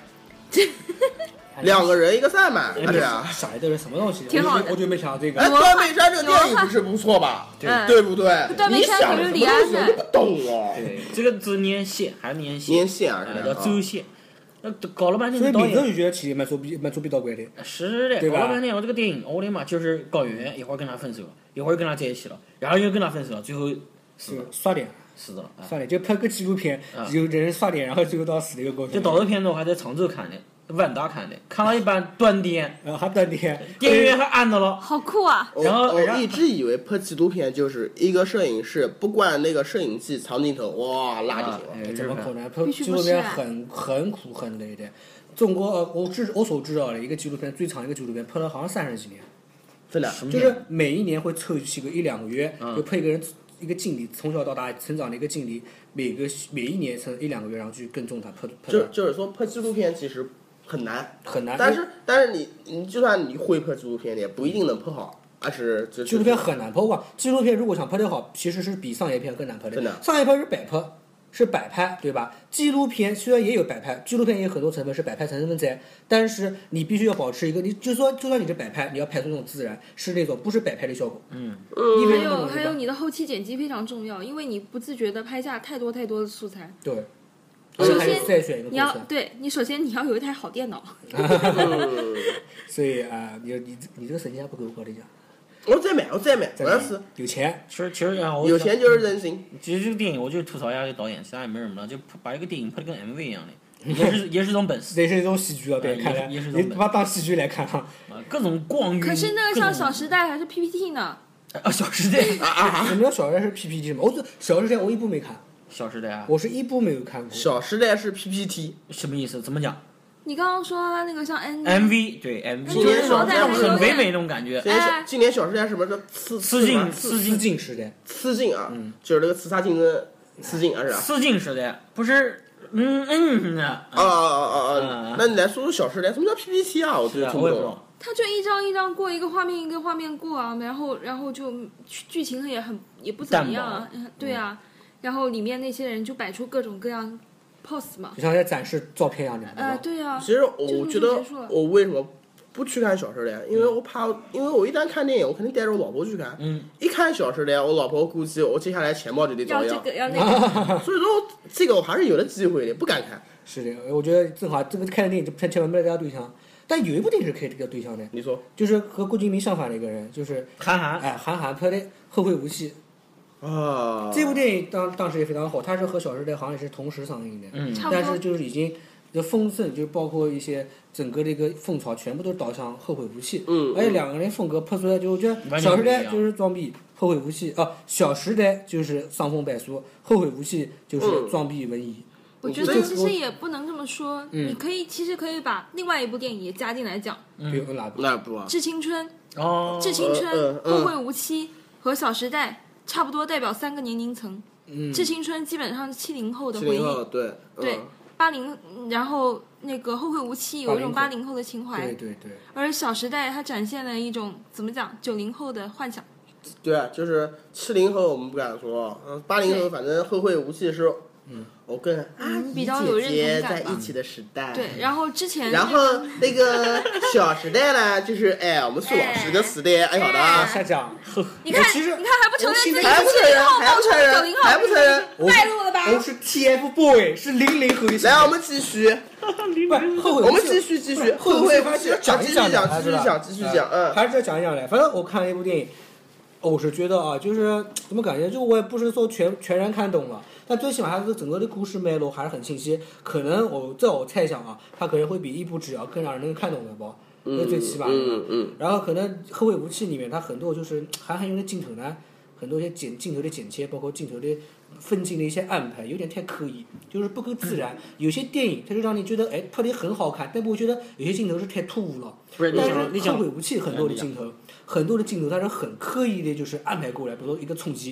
两个人一个赛马，对啊。 想的都是什么东西？ 挺好的我就我就没想到这个哎，。断背山这个电影不是不错吧？ 对对不对？ 断背山可是李安的你想的什么东西我不懂哦。 对，这个字念线还是念线？ 年限啊， 呃是叫周线。那搞了半天所以导演名字就觉得起蛮作弊，蛮作弊到怪的。 是的， 对吧搞了半天我这个电影，我的妈，就是高圆圆一会儿跟他分手了，一会儿跟他在一起了，然后又跟他分手了，最后死是了， 刷脸， 死的了。哎刷脸，就拍个纪录片啊， 有人刷脸，然后最后到死的一个过程。 这导的片子我还在常州看的，万达看的，看了一半断电， 然后还断电， 电影院还暗的了。 好酷啊！ 我然后我然后一直以为拍纪录片就是一个摄影师，不管那个摄影机、长镜头，哇，拉就行了。 哎，怎么可能？拍必须纪录片不是啊很很苦很累的。中国呃，我知我所知道的一个纪录片，最长一个纪录片拍了好像三十几年， 真的， 就是每一年会凑齐个一两个月， 嗯就拍一个人一个经历，从小到大成长的一个经历，每个每一年成一两个月，然后去跟踪他拍拍就他， 就是说拍纪录片其实很难， 很难。 但是但是你你就算你会拍纪录片，也不一定能拍好，而是就纪录片很难拍哇！纪录片如果想拍得好，其实是比商业片更难拍的。 真的商业片是摆拍，是摆拍，对吧？纪录片虽然也有摆拍，纪录片也有很多成分是摆拍成分在，但是你必须要保持一个，你就说就算你是摆拍，你要拍出那种自然，是那种不是摆拍的效果。 嗯， 因为还有还有你的后期剪辑非常重要，因为你不自觉的拍下太多太多的素材。 对， 首还有先筛选一个你要过程。 对你首先你要有一台好电脑， 嗯， 所以啊、你你你这个成绩还不够高的讲， 我再买，我再买， 再我要是有钱， 其实其实啊，我有钱就是任性。 其实这个电影我就吐槽一下这导演，其他也没什么了，就把这个电影拍的跟 M V 一样的，也是也是种本事这是一种喜剧啊，对， 哎看来也是也是你种本把它当喜剧来看啊。 啊，各种光晕。 可是那个像《小时时代》还是 P P T 呢？ 啊，小时代， 什么叫小时代是 P P T 吗？我这小时代我一部没看， 小时代啊， 我是一部没有看过。 小时代是 P P T， 什么意思？怎么讲你刚刚说那个像 N ？M V 对 M V 今年就是小时代那种很还有唯美那种感觉今。年小哎今年小时代什么叫刺刺进刺致刺进敬时代， 刺进啊，就是那个刺杀竞争刺进啊是吧？ 刺进时代不是嗯嗯啊啊啊啊啊！ 嗯那你来说说小时代，什么叫 P P T 啊？我是啊， 真的听不懂。 我也不懂。 他就一张一张过，一个画面一个画面过啊，然后然后就剧情也很也不怎么样啊，嗯对啊，然后里面那些人就摆出各种各样 pose 嘛， 就像在展示照片一样的。 呃，对啊， 其实我觉得就结束了我为什么不去看小时代？因为我怕，因为我一旦看电影，我肯定带着我老婆去看。 嗯， 一看小时代，我老婆估计我接下来钱包就得遭殃。 要这个要那个， 所以说这个我还是有的机会的，不敢看。 是的，我觉得正好这个看的电影就千千万别带对象。但有一部电影是可以这个对象的， 你说就是和郭敬明相反的一个人，就是韩寒， 哎韩寒拍的《后会无期》。 啊？ 这部电影当当时也非常好，它是和《小时代》好像也是同时上映的， 嗯， 差不多但是就是已经就丰盛，就包括一些整个的一个风潮，全部都导向《后会无期》。 嗯， 而且两个人风格拍出来，就我觉得《 完全小时代不一》样就是装逼，《后会无期》啊，《小时代》就是伤风败俗，《后会无期》就是嗯装逼文艺。 我觉得其实也不能这么说，你可以其实可以把另外一部电影也加进来讲， 比如哪部？ 那不啊 《致青春》 哦 《致青春呃》呃呃后会无期》和《小时代》差不多代表三个年龄层， 嗯， 致青春》基本上是七零后的七零回忆， 后对对嗯八零，然后那个《后会无期》有一种八零后的情怀对，对对， 而《小时代》它展现了一种怎么讲九零后的幻想。 对啊，就是七零后我们不敢说，嗯，八零后反正后会无期是，嗯，我跟阿姨比较有认姐姐同感吧在一起的时代。 对，然后之前然后那个小时代呢，就是哎，我们苏老师的时代，哎，好的啊， 瞎讲。 你看， 其实你看还不承认自己还不承认，还不承认九零，后， 还不承认。 我败露了吧？ 我是 TFBOY，是零零后的。 来，我们继续， 不后会无期， 我们继续继续， 后后会还是要讲继续一讲的， 讲，继续讲，继续讲，嗯， 还是要讲一讲的。反正我看了一部电影，我是觉得啊，就是怎么感觉，就我也不是说全全然看懂了，但最起码它这个整个的故事脉络还是很清晰。可能我在我猜想啊，它可能会比一部只要更让人能看懂的吧，这最起码的。 嗯嗯然后可能《后会无期》里面它很多就是韩寒用的镜头呢，很多一些剪镜头的剪切，包括镜头的分镜的一些安排，有点太刻意，就是不够自然。有些电影它就让你觉得哎拍的很好看，但我觉得有些镜头是太突兀了。 不是你但是《 想你想后会无期》很多的镜头，很多的镜头它是很刻意的，就是安排过来，比如说一个冲击，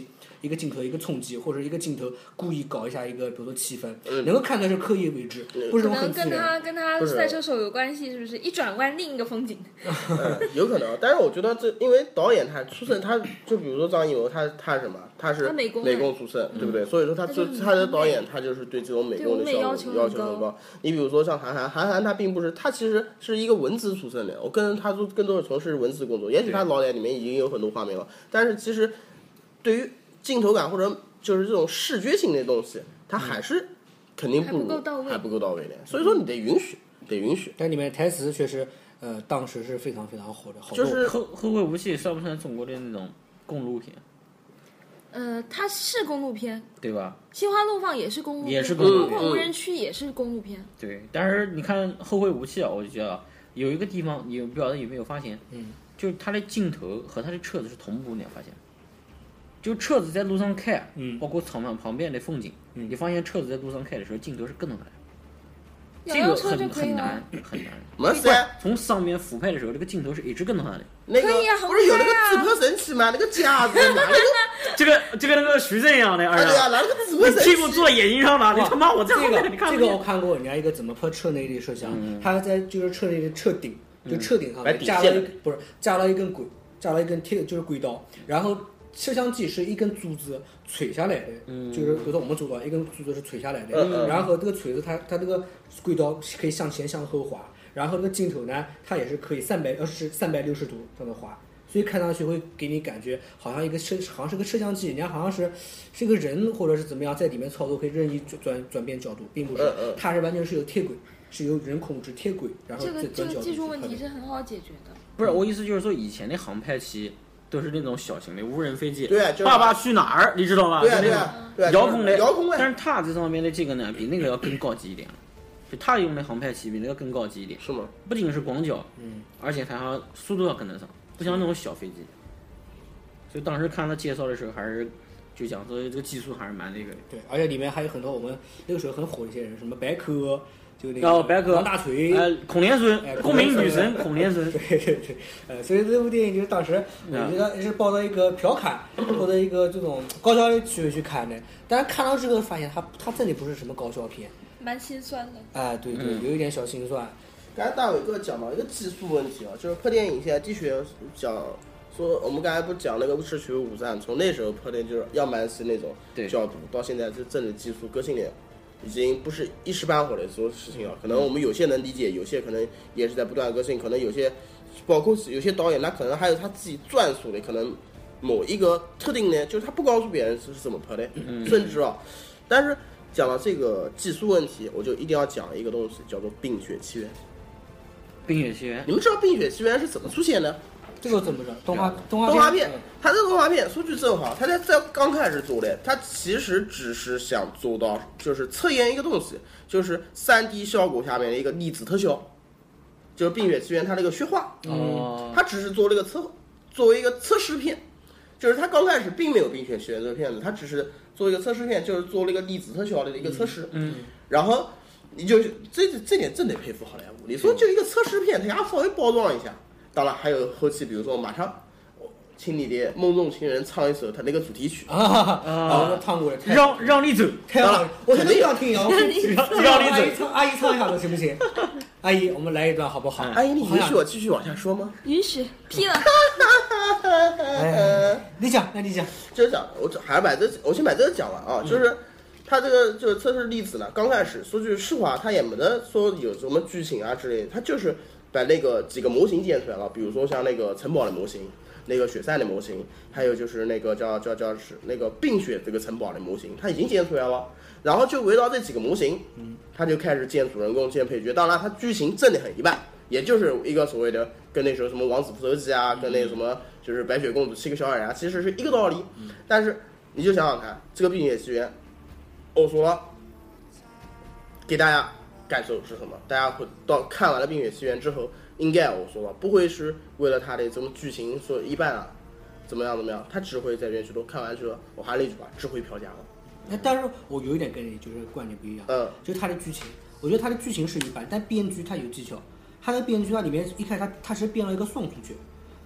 一个镜头一个冲击，或者一个镜头故意搞一下一个比如说气氛， 嗯能够看出来是刻意为之，不是可那种很自能跟他然。 跟他不是赛车手有关系，是不是？一转弯另一个风景。 嗯，有可能，但是我觉得这，因为导演他出身，他就比如说张艺谋，他他是什么？他是他美工美工出身，对不对？所以说他做他就是他的导演，他就是对这种美工的效对舞美要求果要很高求很高。你比如说像韩寒，韩寒他并不是，他其实是一个文字出身的，我跟他做更多的从事文字工作，也许他脑袋里面已经有很多画面了，但是其实对于镜头感或者就是这种视觉性的东西，他还是肯定不如还不够到位还不够到位的。所以说你得允许，得允许。 但里面台词确实，呃，当时是非常非常好的，好多就是后后会无期算不算中国的那种公路片， 呃，它是公路片， 对吧？ 心花怒放也是公路片， 也是公路包片括无人区也是公路片。 对，但是你看《后会无期》啊，我就觉得有一个地方，你不晓得有没有发现， 嗯， 就是它的镜头和它的车子是同步，你有发现？就车子在路上开， 嗯包括场旁旁边的风景， 嗯你发现车子在路上开的时候，镜头是跟着它的， 摇摇这个很车就可以了很难。很难。 没事啊。 从上面俯拍的时候，这个镜头是一直跟着它的。 那个可以啊很不是有那个快啊自拍神器吗？那个夹子拿那个， 这个这个那个徐峥一样的，二哎对呀， 啊， 拿那个自拍你神器。 屁股坐眼睛上了，你他妈我在后这个面，你看这不见个我看过人家一个怎么拍车内的摄像， 嗯他在就是车内的车顶，就车顶上来面加了底线一个不是加了一根轨，加了一根铁就是轨道，然后摄像机是一根柱子垂下来的，就是比如说我们走到一根柱子是垂下来的， 嗯嗯然后这个锤子它它这个轨道可以向前向后滑，然后这个镜头呢它也是可以三百二十三百六十度这么滑。所以看上去会给你感觉好像一个摄，好像是个摄像机，人家好像是是个人或者是怎么样在里面操作，可以任意转转转变角度，并不是嗯嗯， 它是完全是有铁轨，是由人控制铁轨，然后这个再转角度这个技术去拍的问题是很好解决的。 不是我意思就是说，以前的航拍器都是那种小型的无人飞机， 对啊，就是爸爸去哪儿，你知道吗？ 对啊对就那种啊对啊， 遥控的， 遥控的但是它这上面的这个呢，比那个要更高级一点，就它用的航拍器比那个更高级一点， 是吗？ 不仅是广角， 嗯， 而且它还要速度要跟得上，不像那种小飞机。所以当时看他介绍的时候，还是就讲说这个技术还是蛮那个的。 对，而且里面还有很多我们那个时候很火的一些人，什么白科，就那个哦白科王大锤， 呃，孔连孙哎， 公民女神孔连孙， 对对对，呃，所以这部电影就是当时我觉得是抱着一个调侃或者一个这种高校的趣味去看的，但是看到之后发现它它真的不是什么搞笑片， 蛮心酸的。 哎，对对， 嗯有一点小心酸。 刚才大伟哥讲到一个技术问题啊，就是拍电影现在的确讲说，我们刚才不讲那个《智取五战》，从那时候拍的就是样板戏那种对角度，到现在这真的技术革新的已经不是一时半会儿的做事情了。可能我们有些能理解，有些可能也是在不断革新，可能有些包括有些导演，他可能还有他自己专属的，可能某一个特定的，就是他不告诉别人是怎么拍的，甚至啊，但是讲到这个技术问题，我就一定要讲一个东西，叫做《冰雪奇缘》。 冰雪奇缘你们知道《冰雪奇缘》是怎么出现的？ 这个怎么着？动画动画动画片嗯， 它这个动画片说句真话，它在在刚开始做的，它其实只是想做到，就是测验一个东西，就是 三 D 效果下面的一个粒子特效，就是《冰雪奇缘》它那个雪花， 哦， 它只是做了一个测，作为一个测试片，就是它刚开始并没有《冰雪奇缘》这个片子，它只是做一个测试片，就是做了一个粒子特效的一个测试， 嗯， 然后你就这这点真得佩服好莱坞，你说就一个测试片，它要稍微包装一下。当然还有后期，比如说马上，我请你的梦中情人唱一首他那个主题曲， 啊啊！我唱过了，太让让你走， 太好了，我真的想听啊！ 让让你阿姨走， 唱阿姨唱一下子行不行？阿姨，我们来一段好不好？ 阿姨，你允许我继续往下说吗？ 允许批了。 哎，你讲，那你讲。 就是讲，我这还是把这，我先把这个讲完啊，就是他这个就是测试粒子呢，刚开始说句实话，他也没得说有什么剧情啊之类的，他就是把那个几个模型建出来了，比如说像那个城堡的模型，那个雪山的模型，还有就是那个叫叫叫是那个冰雪这个城堡的模型，他已经建出来了。然后就围绕这几个模型，他就开始建主人公、建配角。当然，他剧情真的很一般，也就是一个所谓的跟那时候什么王子复仇记啊，跟那个什么就是白雪公主七个小矮人啊，其实是一个道理。但是你就想想看，这个《冰雪奇缘》，我说了，给大家感受是什么？大家会到看完了《冰雪奇缘》之后，应该我说了，不会是为了它的这种剧情说一半啊，怎么样怎么样，他只会在园区都看完之后，我还是那句话，只会票价了。 哎，但是我有一点跟你就是观点不一样， 嗯， 就是它的剧情，我觉得它的剧情是一般，但编剧它有技巧，它的编剧它里面一开始它它是编了一个双主角，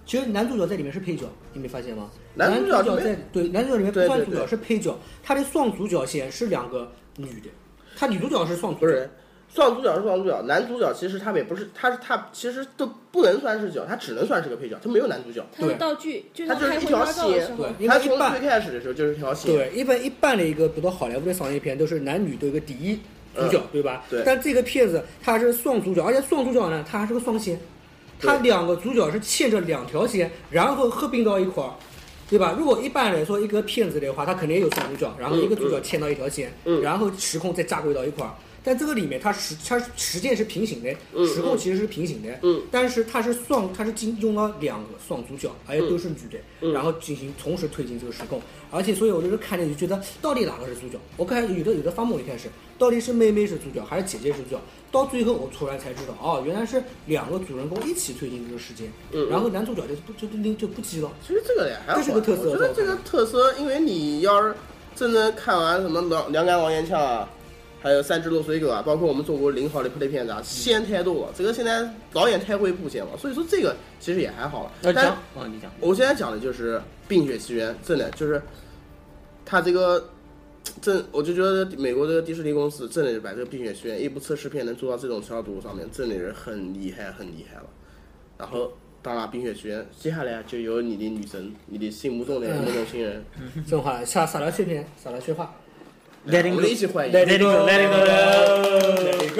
其实男主角在里面是配角，你没发现吗？ 男主角主角没在对男主角里面不对算主角对对是配角，他的双主角线是两个女的，他女主角是双主角， 不是双主角是双主角，男主角其实他们也不是，他是他其实都不能算是主角，他只能算是个配角，他没有男主角。 它是道具，就是它就是拍婚一条线纱照的时候， 对，因他从为一般最开始的时候就是条线。 对一般一般的一个比如好莱坞的商业片都是男女都有个第一主角， 嗯对吧？ 对但这个片子它是双主角，而且双主角呢，它还是个双线，它对两个主角是牵着两条线，然后合并到一块儿。对吧？如果一般来说一个片子的话，它肯定也有双主角，然后一个主角牵到一条线， 嗯然后时空再扎归到一块儿。但这个里面它时它时间是平行的， 嗯时空其实是平行的， 嗯但是它是双，它是进用了两个双主角，而且都是女的， 嗯然后进行同时推进这个时空。而且所以我就是看着就觉得到底哪个是主角？我看有的有的发梦一开始到底是妹妹是主角还是姐姐是主角？到最后我突然才知道，哦，原来是两个主人公一起推进这个时间， 嗯然后男主角就不就就就不记了。 其实这个也还好， 这是个特色我觉得这个特色，因为你要是真正看完什么两两杆老烟枪啊，还有三只落水狗啊，包括我们中国零号的拍的片子啊，线太多了。这个现在导演太会布线了，所以说这个其实也还好了。但要讲，哦，你讲， 我现在讲的就是《冰雪奇缘》，真的就是它这个。真，我就觉得美国这个迪士尼公司真的是把这个《冰雪奇缘》一部测试片能做到这种程度上面，真的是很厉害，很厉害了。然后，当然，《冰雪奇缘》接下来就有你的女神，你的心目中的梦中情人， 正话，撒撒了碎片，撒了碎话。 Let it 我 go 们一起欢迎。 Let it go，Let it Let it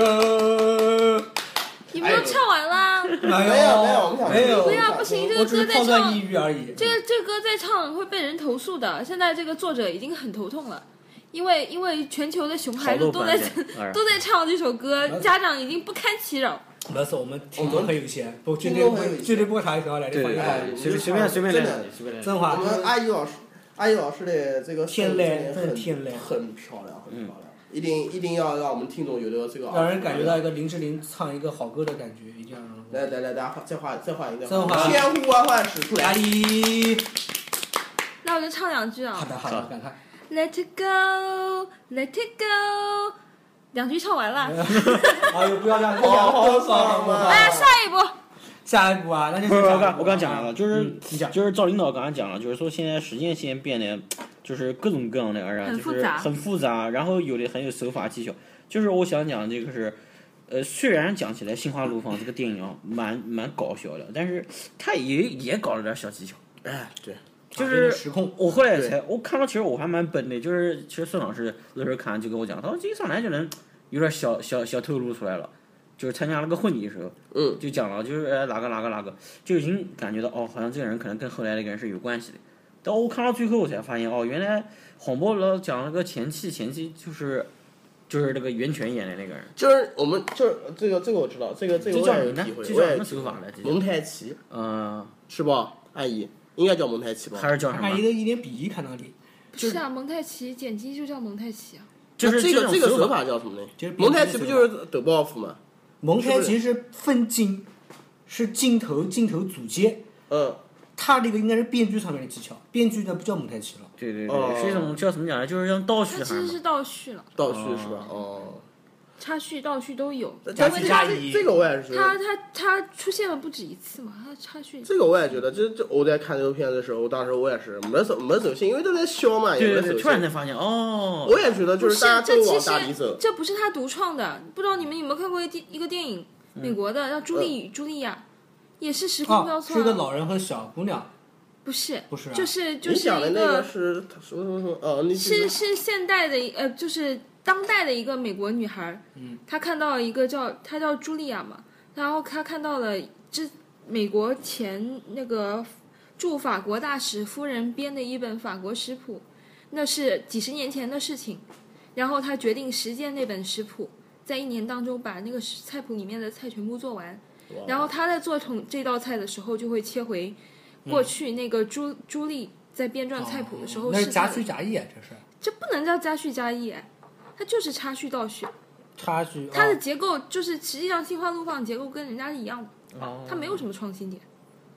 go。 你们都唱完啦？ 没有没有没有我们想没有， 不要不行这个我只是歌在抛砖唱引玉而已。 这个这个歌再唱会被人投诉的。现在这个作者已经很头痛了，因为因为全球的熊孩子都在好多版本都在唱这首歌，家长已经不堪其扰。 没事，我们听众很有限，不绝对不会听众很有限绝对不会查很好来的对对放一放。 对，随便随便随便来真的， 随便来。 真话我，们阿姨老师，阿姨老师的这个天籁真很的天籁很漂亮，很漂亮。一定一定要让我们听众有的这个让人感觉到一个林志玲唱一个好歌的感觉，一定要让人。 来来来，大家再换再换一个， 再换千呼万唤始出阿来。 姨， 那我就唱两句啊。 好的好的，赶快。 Let it go, let it go，两句唱完了。 哎呦，不要这样， 好好爽啊哎呀，下一步。 下一步啊，那就不是， 是我刚我刚讲了，就是、 嗯你讲就是赵领导刚才讲了，就是说现在时间线变得就是各种各样的，然后就是很复杂很复杂，然后有的很有手法技巧。就是我想讲这个是，呃，虽然讲起来《心花怒放》这个电影啊，蛮蛮搞笑的，但是它也也搞了点小技巧。 哎，对， 就是时空， 我后来才我看到，其实我还蛮笨的，就是其实孙老师那时候看就跟我讲，他说这一上来就能有点小小小透露出来了。就是参加了个婚礼的时候， 嗯， 就讲了，就是哎哪个哪个哪个，就已经感觉到哦，好像这个人可能跟后来那个人是有关系的。但我看到最后，我才发现哦，原来黄渤老讲了个前妻，前妻就是就是那个袁泉演的那个人。 就是我们就是这个这个我知道，这个这个我这叫什么呢也有体会， 这叫什我也有体会么手法来？这叫蒙太奇嗯， 是不？阿姨应该叫蒙太奇吧？ 还是叫什么？ 阿姨的一点鄙夷看到你， 不是啊，蒙太奇剪辑就叫蒙太奇啊。 就是这个这个手种手法叫什么呢就是？ 蒙太奇不就是抖包袱吗？ 蒙太奇是分镜，是镜头镜头组接， 嗯， 他这个应该是编剧上面的技巧，编剧呢不叫蒙太奇了。 对对哦对，是一种叫怎么讲呢？就是像倒叙还是什么？ 它其实是倒叙了， 倒叙是吧？哦， 插叙、倒叙都有。 但加是这戏加一这个我也是觉它得， 它它出现了不止一次嘛，它插叙。 这个我也觉得，这这我在看这个片子的时候，当时我也是没走没走心，因为都在笑嘛，也对对对， 没走心。 突然才发现哦， 我也觉得，就不是大家都往这其实大里走。 这不是他独创的，不知道你们有没有看过一电一个电影，美国的叫《朱莉与茱莉亚》，也是时空交哦， 错、 是一个老人和小姑娘， 不是不是啊就是就是你讲的一那个是什么什么什么？哦，你是是现代的一呃，就是当代的一个美国女孩，嗯，她看到了一个叫她叫茱莉亚嘛，然后她看到了这美国前那个驻法国大使夫人编的一本法国食谱，那是几十年前的事情，然后她决定实践那本食谱，在一年当中把那个菜谱里面的菜全部做完，然后她在做成这道菜的时候就会切回过去那个朱、朱莉在编撰菜谱的时候哦那是她的夹叙夹议啊，这是这不能叫加叙加议，哎，它就是插叙倒叙， 插叙。 它的哦结构就是实际上心花怒放结构跟人家是一样的， 哦它没有什么创新点。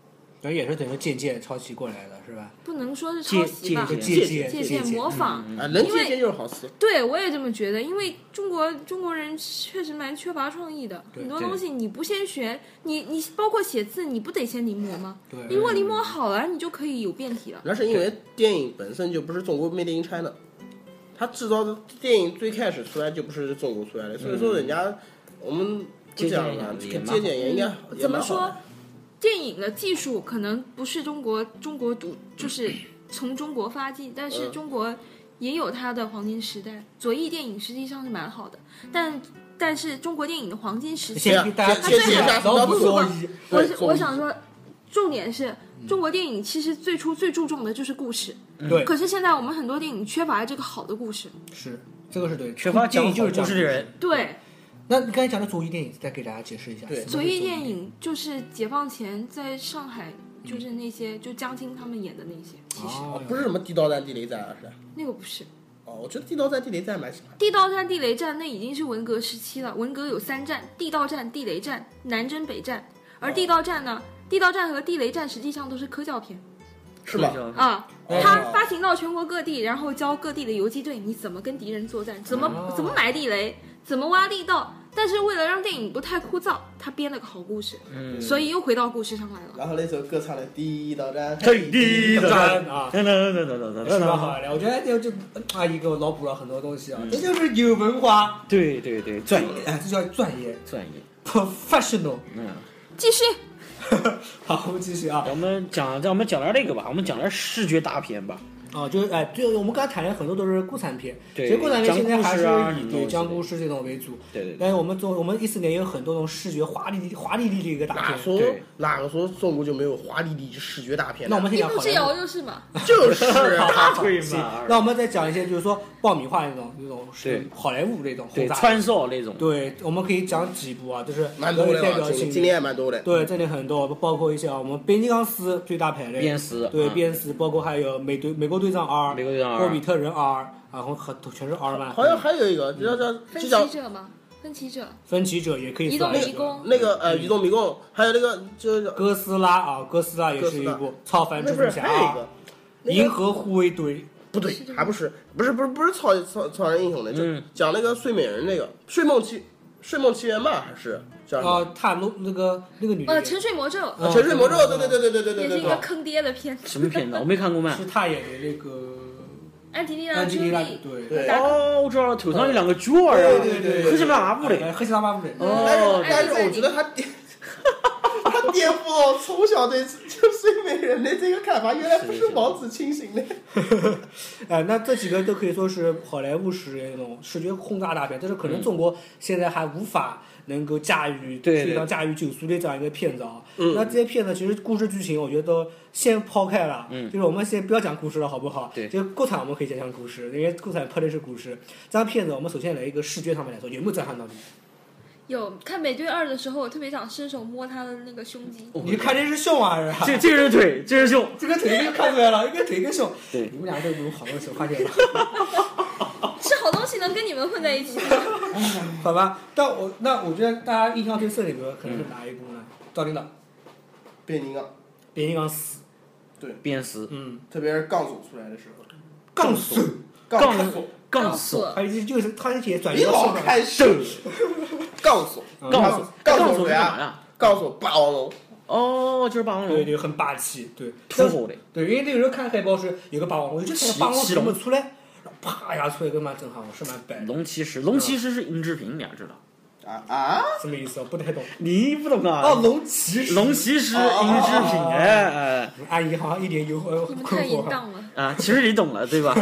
等于也是等于借鉴抄袭过来的，是吧？ 不能说是抄袭吧， 借借借借鉴模仿。 啊，能借鉴就是好事。 对，我也这么觉得，因为中国中国人确实蛮缺乏创意的，很多东西你不先学，你你包括写字，你不得先临摹吗？ 对， 你如果临摹好了，你就可以有变体了。 那是因为电影本身就不是中国 made in China，它制造的电影最开始出来就不是中国出来的，所以说人家我们不讲了， 借鉴借鉴也应该嗯怎么说？电影的技术可能不是中国中国独，就是从中国发迹，但是中国也有它的黄金时代。左翼电影实际上是蛮好的，但但是中国电影的黄金时期， 先给大家它最好老不说我我想说，重点是中国电影其实最初最注重的就是故事， 对， 可是现在我们很多电影缺乏这个好的故事， 是这个是对， 缺乏电影就是讲故事的人。 对。 那你刚才讲的左翼电影，再给大家解释一下。 对左翼电影就是解放前在上海，就是那些就江青他们演的那些，其实、 哦， 不是什么地道战、地雷战啊，是？ 那个不是。 哦，我觉得地道战、地雷战蛮喜欢。 地道战、地雷战那已经是文革时期了，文革有三战：地道战、地雷战、南征北战。而地道战呢，地道战和地雷战实际上都是科教片是吗？ 啊。 哦他发行到全国各地，然后教各地的游击队你怎么跟敌人作战，怎么、 哦怎么埋地雷，怎么挖地道。但是为了让电影不太枯燥，他编了个好故事， 嗯， 所以又回到故事上来了。 然后那首歌唱的地道战， 嘿，地道战啊， 等等等等等等是吧？ 等， 好了，我觉得就就阿姨给我脑补了很多东西啊，这就是有文化， 对对对，专业哎，这叫专业专业， ，professional。 嗯。 继续。 好，我们继续啊。 我们讲，让我们讲点那个吧，我们讲点视觉大片吧。 哦，就是哎，就我们刚才谈的很多都是国产片， 对其实国产片现在还是讲故事啊以对讲故事这种为主。 对对对。 但是我们中我们一四年有很多种视觉华丽丽华丽丽的一个大片。 哪说对哪个说中国就没有华丽丽视觉大片呢？ 那我们先一步之讲好莱坞。 遥就是嘛。 就是啊， 对行嘛？ 那我们再讲一些，就是说爆米花那种那种是对好莱坞那种对， 轰炸。 川少那种。 对，我们可以讲几部啊，就是蛮多的啊， 有代表性今今年还蛮多的。 对，这里很多，包括一些啊，我们变形金刚四最大牌的变四对， 嗯变四，包括还有美队美国队长二、 美国队长二霍比特人二，然后很全是二嘛。 好像还有一个叫叫分就叫歧者嘛，分歧者。 分歧者也可以移动算一个。 迷宫。 那个呃移动迷宫，还有那个就是哥斯拉啊，哥斯拉也是一哥部超凡那不是蜘蛛侠啊还有一个，那个银河护卫队。 不对，还不是不是不是不是超超超人英雄的，就嗯讲那个睡美人那个睡梦奇睡梦奇缘吧，还是叫什么？ 啊，他那那个那个女的呃， 演沉睡魔咒嗯沉睡魔咒，对对对对对对对对对。 也是一个坑爹的片， 什么片子？我没看过嘛。 是他演的那个安吉丽娜· 安吉丽娜， 朱莉。 对对达哦，我知道了，头上有两个角儿啊， 对对对黑漆麻布的。 哎黑漆麻麻布的。 哦但是但对是我觉得他颠，他颠覆了我从小对就睡美人的这个看法，原来不是王子清醒的。 哎，那这几个都可以说是好莱坞式的那种视觉轰炸大片，但是可能中国现在还无法能够驾驭对对非常驾驭九速的这样一个片子啊。 嗯那这些片子其实故事剧情，我觉得都先抛开了， 嗯就是我们先不要讲故事了，好不好？ 对就是国产我们可以讲讲故事，因为国产拍的是故事。这张片子我们首先来一个视觉上面来说，有没有震撼到你？ 有看美队二的时候，我特别想伸手摸他的那个胸肌。 你看这是胸啊，是吧？ 这这个是腿，这是胸。 这个腿就看出来了，一个腿一个胸。 对你们俩都有好东西，我发现了。 是好东西能跟你们混在一起吗？ 好吧，但我那我觉得大家印象最深的一个可能是哪一部呢？赵领导， 变形金刚， 变形金刚四。 鞭丝， 嗯， 特别是杠手出来的时候， 杠手， 杠手， 杠手， 还有就是他也转移你到社会好开手，杠手， 杠手， 杠杠手手谁啊？ 是干嘛呀？ 杠手霸王龙， 哦，就是霸王龙， 对对，很霸气，对， 土火的。 对，因为那个时候看海报是有个霸王龙，我就看霸王龙骑怎么出来，然后啪一下出来，跟蛮震撼，我是蛮白的。 龙骑士，龙骑士是殷志平，你还知道？ 啊啊！ 什么意思？我不太懂。 你不懂啊？ 哦，龙骑士。 龙骑士殷志平，哎哎阿姨好像一脸疑惑你们困惑。 太淫荡了。 啊，其实你懂了，对吧？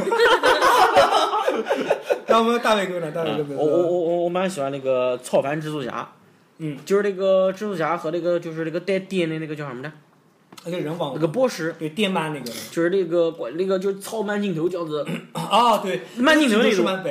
那我们大卫哥呢？大卫哥， 我我我我我蛮喜欢那个超凡蜘蛛侠， 嗯， 就是那个蜘蛛侠和那个就是那个带电的那个叫什么呢？ 那个人王那个波什， 对电鳗那个。 就是那个管那个就是超慢镜头这样子， 啊，对， 慢镜头那种是蛮白的。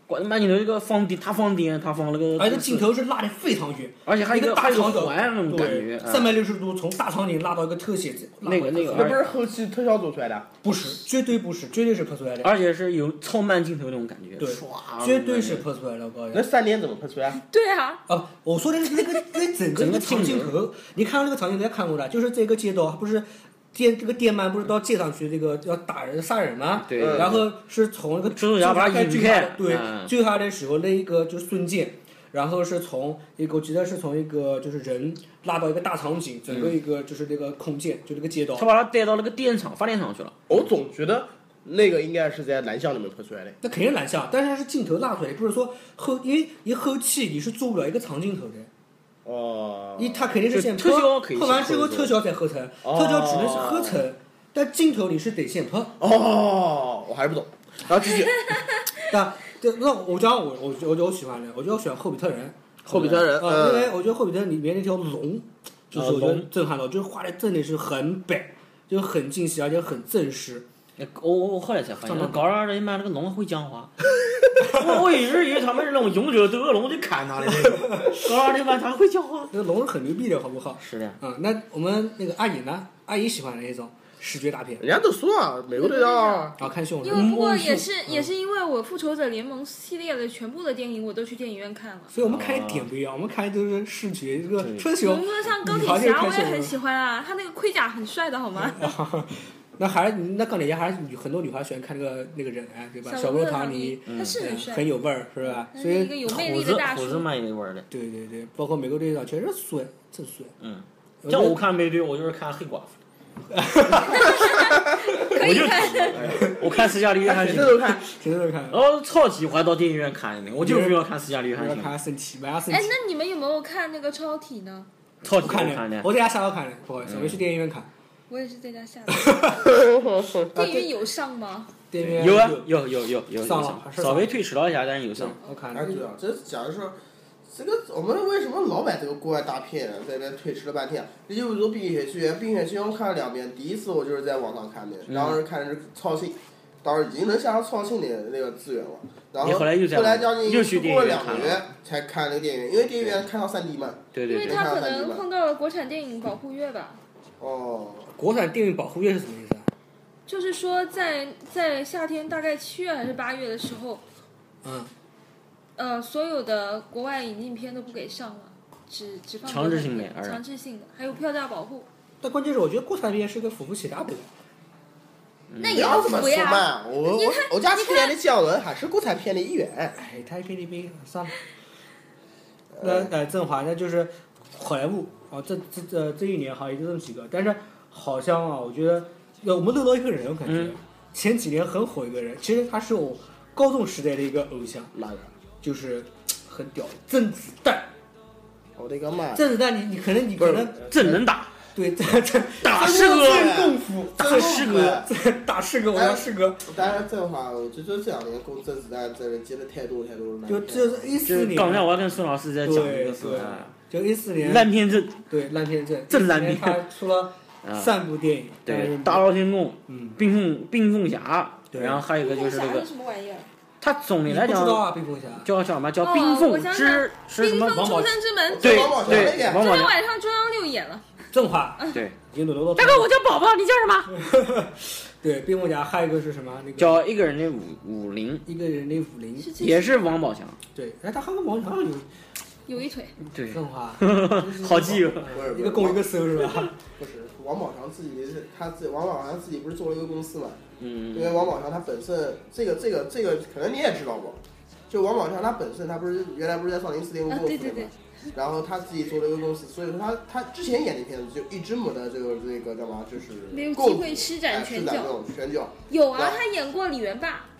关慢镜头这个放电，他放电，他放那个， 而且镜头是拉得非常远， 而且还有一个大还有长角环那种感觉， 三百六十度从大场景拉到一个特写， 那个那个那不是后期特效做出来的？ 不是，绝对不是，绝对是拍出来的， 而且是有超慢镜头那种感觉， 对唰， 绝对是拍出来的，我告诉你那。三点怎么拍出来？ 对啊， 啊，我说的是那个那整个一个长镜头，你看到那个长镜头也看过的，就是这个街道不是电这个电鳗不是到街上去这个要打人杀人吗？ 对， 然后是从那个蜘蛛侠把他引开， 对， 嗯追他的时候那一个就是瞬间，然后是从一个我记得是从一个就是人拉到一个大场景，整个一个就是那个空间，就这个街道他。把他带到那个电厂发电厂去了。 我总觉得那个应该是在蓝象里面拍出来的。 那肯定蓝象，但是它是镜头拉出来，不是说后因为一后期你是做不了一个长镜头的。 哦， 一它肯定是先就特效可以拍完之后先特效再合成， 哦特效只能是合成，但镜头你是得先拍。 哦，我还是不懂。然后继续， 那这那我讲我我我我喜欢的，我就喜欢霍比特人。 霍比特人， 呃，因为嗯， 我觉得霍比特人里面那条龙，就是我觉得震撼到，就是画的真的是很白，就很精细，而且很正式。 我我我后来才发现，那高二人妈那个龙会讲话。我我一直以为他们是那种勇者斗恶龙去砍他的那种，高二人妈他会讲话。 那个龙是很牛逼的，好不好？ 是的， 嗯，那我们那个阿姨呢？阿姨喜欢哪一种视觉大片？ 人家都说啊，美国队长， 啊，看凶因为不过也嗯是也是因为我复仇者联盟系列的全部的电影我都去电影院看了。 所以我们看的点不一样，我们看的都是视觉这个对特效比如。说像钢铁女孩就是侠， 看秀我也很喜欢啊，他那个盔甲很帅的好吗？ 那还是那钢铁侠还是女很多女孩喜欢看那个那个人哎，对吧？小罗伯特唐尼， 他是很帅， 很有味儿，是吧？ 他所以是一个有魅胡子力的大叔。 胡子蛮有味儿的。 对对对，包括美国队长确实帅，真帅。 嗯， 我觉得像我看美队，我就是看黑寡妇。 可以看。 我看斯嘉丽约翰逊谁，都看。 谁都看。 然后超喜欢到电影院看的，我就不要看斯嘉丽约翰逊。 要看身体，买下身哎， 体。 那你们有没有看那个超体呢？ 超级不看看的， 我在家下楼看的，不好意思， 嗯我没去电影院看。 我也是在家下的。电影院有上吗？ 电影院有啊，有有有有上了有还是稍微推迟了一下，但是有上。 我看还是这样，这讲的是这个我们为什么老买这个国外大片，在那推迟了半天？这就比如《冰雪奇缘》，《冰雪奇缘》我看了两遍，第一次我就是在网上看的，然后是看的是超信，当时已经能下到超信的那个资源了，然后你后来又在后来将近又去电过影院看了了两个月才看那个电影院，因为电影院看到三 D 嘛。 对对对， 因为他可能碰到了国产电影保护月吧。 哦， 国产电影保护月是什么意思啊？ 就是说在，在夏天大概七月还是八月的时候， 嗯， 呃，所有的国外引进片都不给上了，只只放强制性的国产片是吧强制性的，还有票价保护。 但关键是我觉得国产片是个扶不起大的。 那也不不要这么服呀！ 说嘛，我我我家亲爱的姜文还是国产片的一员。 哎，太便利兵算了。那呃，正话那就是好莱坞啊，这这这这一年好像也就这么几个，但是好像啊，我觉得呃我们漏到一个人，我感觉、 嗯前几年很火一个人，其实他是我高中时代的一个偶像， 哪个？ 就是很屌的甄子丹。 我的个妈！ 甄子丹你，你可能你可能真能打， 对这这打是个真功夫， 打是个这打是个，我要是个， 当然这话，我就就这两年跟甄子丹真的接的太多太多了。 就这一就四年， 是刚才我还跟孙老师在讲这个事对啊， 就一四年烂片阵， 对烂片阵， 真烂片一四年他出了啊， 三部电影，但对是， 大闹天宫、 嗯， 冰封冰封侠， 对然后还有一个就是那个冰封侠是，什么玩意儿？ 他总的你来讲不知道啊，冰封侠。 叫叫什么叫哦冰封我想起之是什冰封么王宝出生之门， 对王宝强那对个王宝强昨天晚上中央六演了。 正话， 对， 已经轮到大哥我叫宝宝，你叫什么？ 对，冰封侠还有一个是什么？那个叫一个人的武武林， 一个人的武林， 是这也是王宝强， 对，哎，他和王强有有一腿， 对， 正话， 好基友， 不是一个攻一个守是吧？ 不是王宝强自己是他自王宝强自己不是做了一个公司嘛？因为嗯， 王宝强他本身这个这个这个可能你也知道过，就王宝强他本身他不是原来不是在少林寺练过啊功夫的嘛？ 对对对然后他自己做了一个公司，所以说他他之前演的片子就一直没得这个这个干嘛，就是没有构机会施展拳脚哎施展这。种拳脚。 有啊， 对他演过李元霸，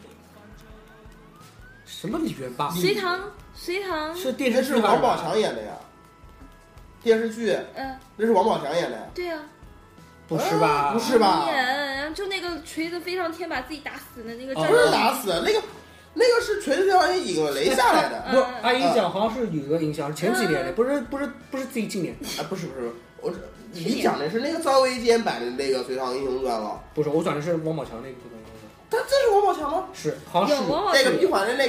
什么李元霸？ 隋唐，隋唐， 是电那视剧吧是王宝强演的呀，电视剧嗯， 那是王宝强演的， 对啊， 不是吧？ 不是吧？ 演，然后就那个锤子飞上天把自己打死的那个哦战不是斗， 打死那个那个是锤子飞上天引了雷下来的。 嗯不，阿姨讲好像是有个印象，是前几年的，不是不是不是最今年， 啊，不是不是，我这你讲的是那个张卫健版的那个《隋唐英雄传》了， 不是，我转的是王宝强那个部分。 但这是王宝强吗？ 是，好像是有王宝强那个闭环的那个呀，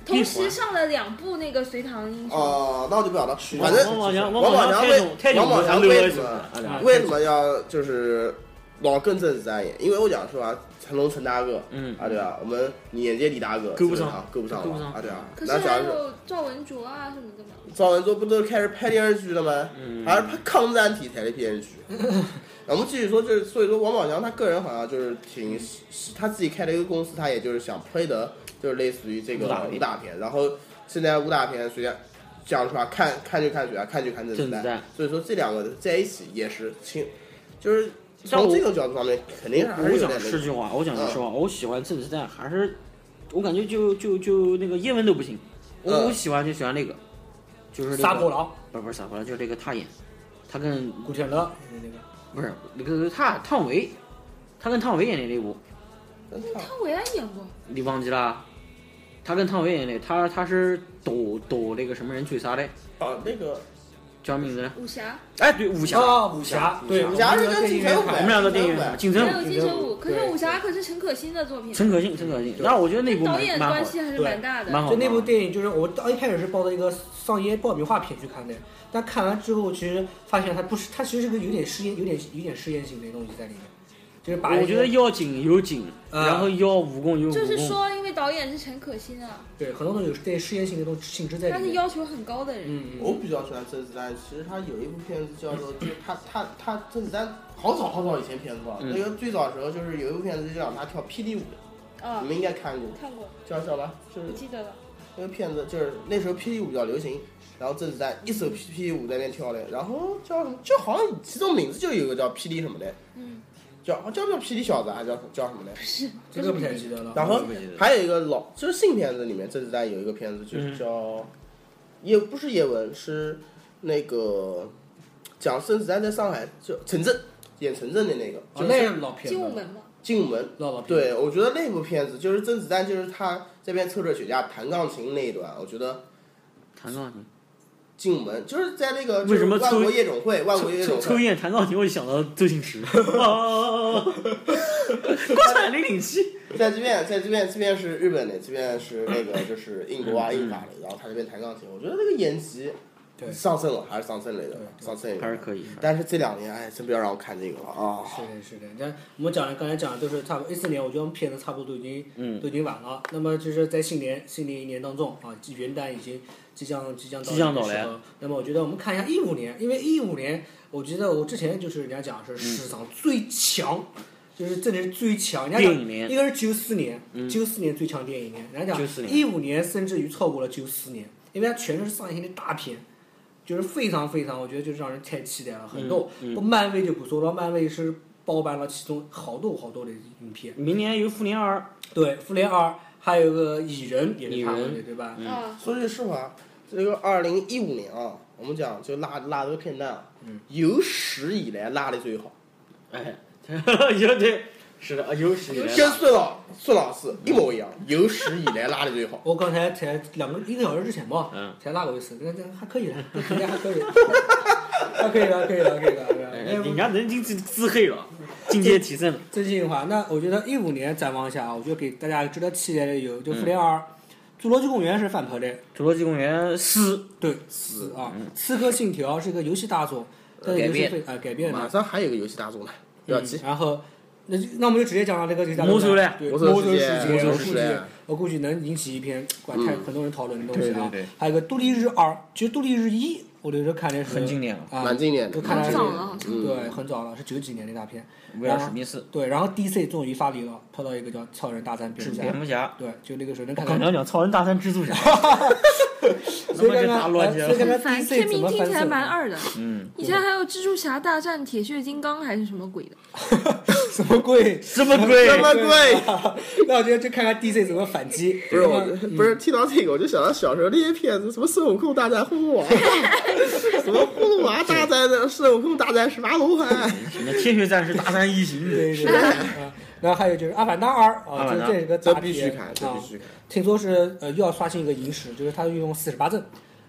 同时上了两部那个隋唐英雄。 哦，那我就不晓得，反正王宝强， 王宝强为王宝强为什么么为什么要就是老跟甄子丹演？因为我讲实话，成龙陈大哥， 嗯啊对啊，我们眼界李大哥够不上， 够不上够不上啊对啊。 可是还那假如有赵文卓啊什么的嘛。 赵文卓不都开始拍电视剧了吗？ 嗯还是拍抗战题材的电视剧。我们继续说，就是所以说王宝强他个人好像就是挺他自己开了一个公司，他也就是想推的，就是类似于这个武打片。然后现在武打片虽然讲出来看看就看谁啊，看就看甄子丹。所以说这两个在一起也是亲，就是从这个角度方面肯定还是有点。 我讲实句话，我讲句实话，我喜欢甄子丹还是我感觉就就就那个叶问都不行，我我喜欢就喜欢那个。就是杀破狼， 不是不是杀破狼，就是那个他演，他跟古天乐那个， 不是那个他汤唯，他跟汤唯演的那部， 汤唯还演过， 你忘记了？他跟汤唯演的，他他是躲躲那个什么人追杀的？ 啊，那个叫名字呢？ 武侠。 哎，对，武侠。 啊，武侠，对， 武侠是跟金城武， 我们两个电影金城武， 还有金城武，可是武侠可是陈可辛的作品。 陈可辛，陈可辛。那我觉得那部导演关系还是蛮大的。 蛮好。 就那部电影，就是我一开始是抱着一个商业爆米花片去看的，但看完之后，其实发现它不是，它其实是个有点实验、有点有点实验性的东西在里面。就是把我觉得要紧有紧， 呃、 然后要武功有武功。 就是说，因为导演是陈可辛啊。 对，很多都有这实验性的东西性质在里面。 他是要求很高的人。 嗯嗯。 我比较喜欢甄子丹，其实他有一部片子叫做，就是他他他甄子丹好早好早以前片子了，嗯、那个最早的时候就是有一部片子就让他跳霹雳舞的， 啊、 你们应该看过。 看过。 叫叫吧，就是不记得了。 那个片子就是那时候霹雳舞比较流行，然后甄子丹一手霹雳舞在那边跳的，然后叫什么？就好像其中名字就有个叫霹雳什么的。嗯。叫叫不叫霹雳小子还叫叫什么呢？ 不是， 这个不太记得了。 然后还有一个老，就是新片子里面，甄子丹有一个片子就是叫，嗯、也不是叶问，是那个讲甄子丹在上海就陈震演陈震的那个， 哦、那是老片子。 精武门吗？ 精武门， 老老片。 对，我觉得那部片子就是甄子丹，就是他这边抽着雪茄弹钢琴那一段，我觉得。 弹钢琴。 精武门就是在那个为什么万国夜总会，万国夜总会抽烟弹钢琴，我就想到周星驰。国产零零七， 在这边，在这边，这边是日本的，这边是那个就是印度啊、印法的，然后他这边弹钢琴，我觉得这个演技上升了，还是上升了的，上升了， 还是可以。 但是这两年，哎，真不要让我看这个了啊！ 是的，是的。那我们讲的刚才讲的都是差不多一四年，我觉得我们片子差不多都已经，嗯，都已经完了。那么就是在新年新的一年当中啊，元旦已经。即将即将到即将到来，那么我觉得我们看一下一五年，因为一五年，我觉得我之前就是人家讲是史上最强，嗯、就是真的是最强。人家讲应该是九四年，九、嗯、四年最强电影年，人家讲一五年甚至于超过了九四年，因为它全是上映的大片，就是非常非常，我觉得就是让人太期待了。很多，不、嗯嗯、漫威就不说了，漫威是包办了其中好多好多的影片。 明年有复联二， 对，复联二。还有个蚁人也是他们的，对吧？ 嗯。说句实话，这个二零一五年啊，我们讲就拉拉这个片单啊，嗯、有史以来拉的最好。 哎，有对，是的，有史以来。 跟孙老孙老师一模一样，有史以来拉的最好。 我刚才才两个一个小时之前吧，嗯，才拉过一次，这这还可以了，这评价还可以，还可以了，可以了，可以了。 人家人已经自黑了。境界提升了， 真心话。那我觉得一五年展望下，我觉得给大家值得期待的有，就《复联二》，侏罗纪公园》是翻拍的，《 侏罗纪公园》四， 对四啊，嗯《刺客信条》是个游戏大作， 呃、改编啊、呃、改编的。 马上还有个游戏大作呢，不要急。 嗯、然后，那那我们就直接讲到这个就魔兽嘞， 魔兽世界， 魔兽世界，我估计能引起一片管太很多人讨论的东西啊。 对对对。 还有个《独立日二》，其实《独立日一》。我那时候看的是很经典了， 啊， 蛮经典的， 都看的是很早了， 对，很早了，是九几年的大片。 威尔史密斯。 对，然后 D C 终于发力了，拍到一个叫《超人大战蝙蝠侠》。 蝙蝠侠。 对，就那个时候能看到。 刚刚讲《超人大战蜘蛛侠》。 所以刚刚，所以刚刚反 D C 天明听起来蛮二的。 嗯。 以前还有蜘蛛侠大战铁血金刚还是什么鬼的？ 什么鬼？ 什么鬼？ 什么鬼？ 那我觉得就看看 D C 怎么反击。 不是我，不是听到这个我就想到小时候那些片子，什么孙悟空大战葫芦娃，什么葫芦娃大战的孙悟空大战十八罗汉， 什么铁血战士大战异形， 对对。然后还有就是《阿凡达二》啊，就这个大必须看，这必须看。 听说是呃又要刷新一个影史，就是它用四十八帧，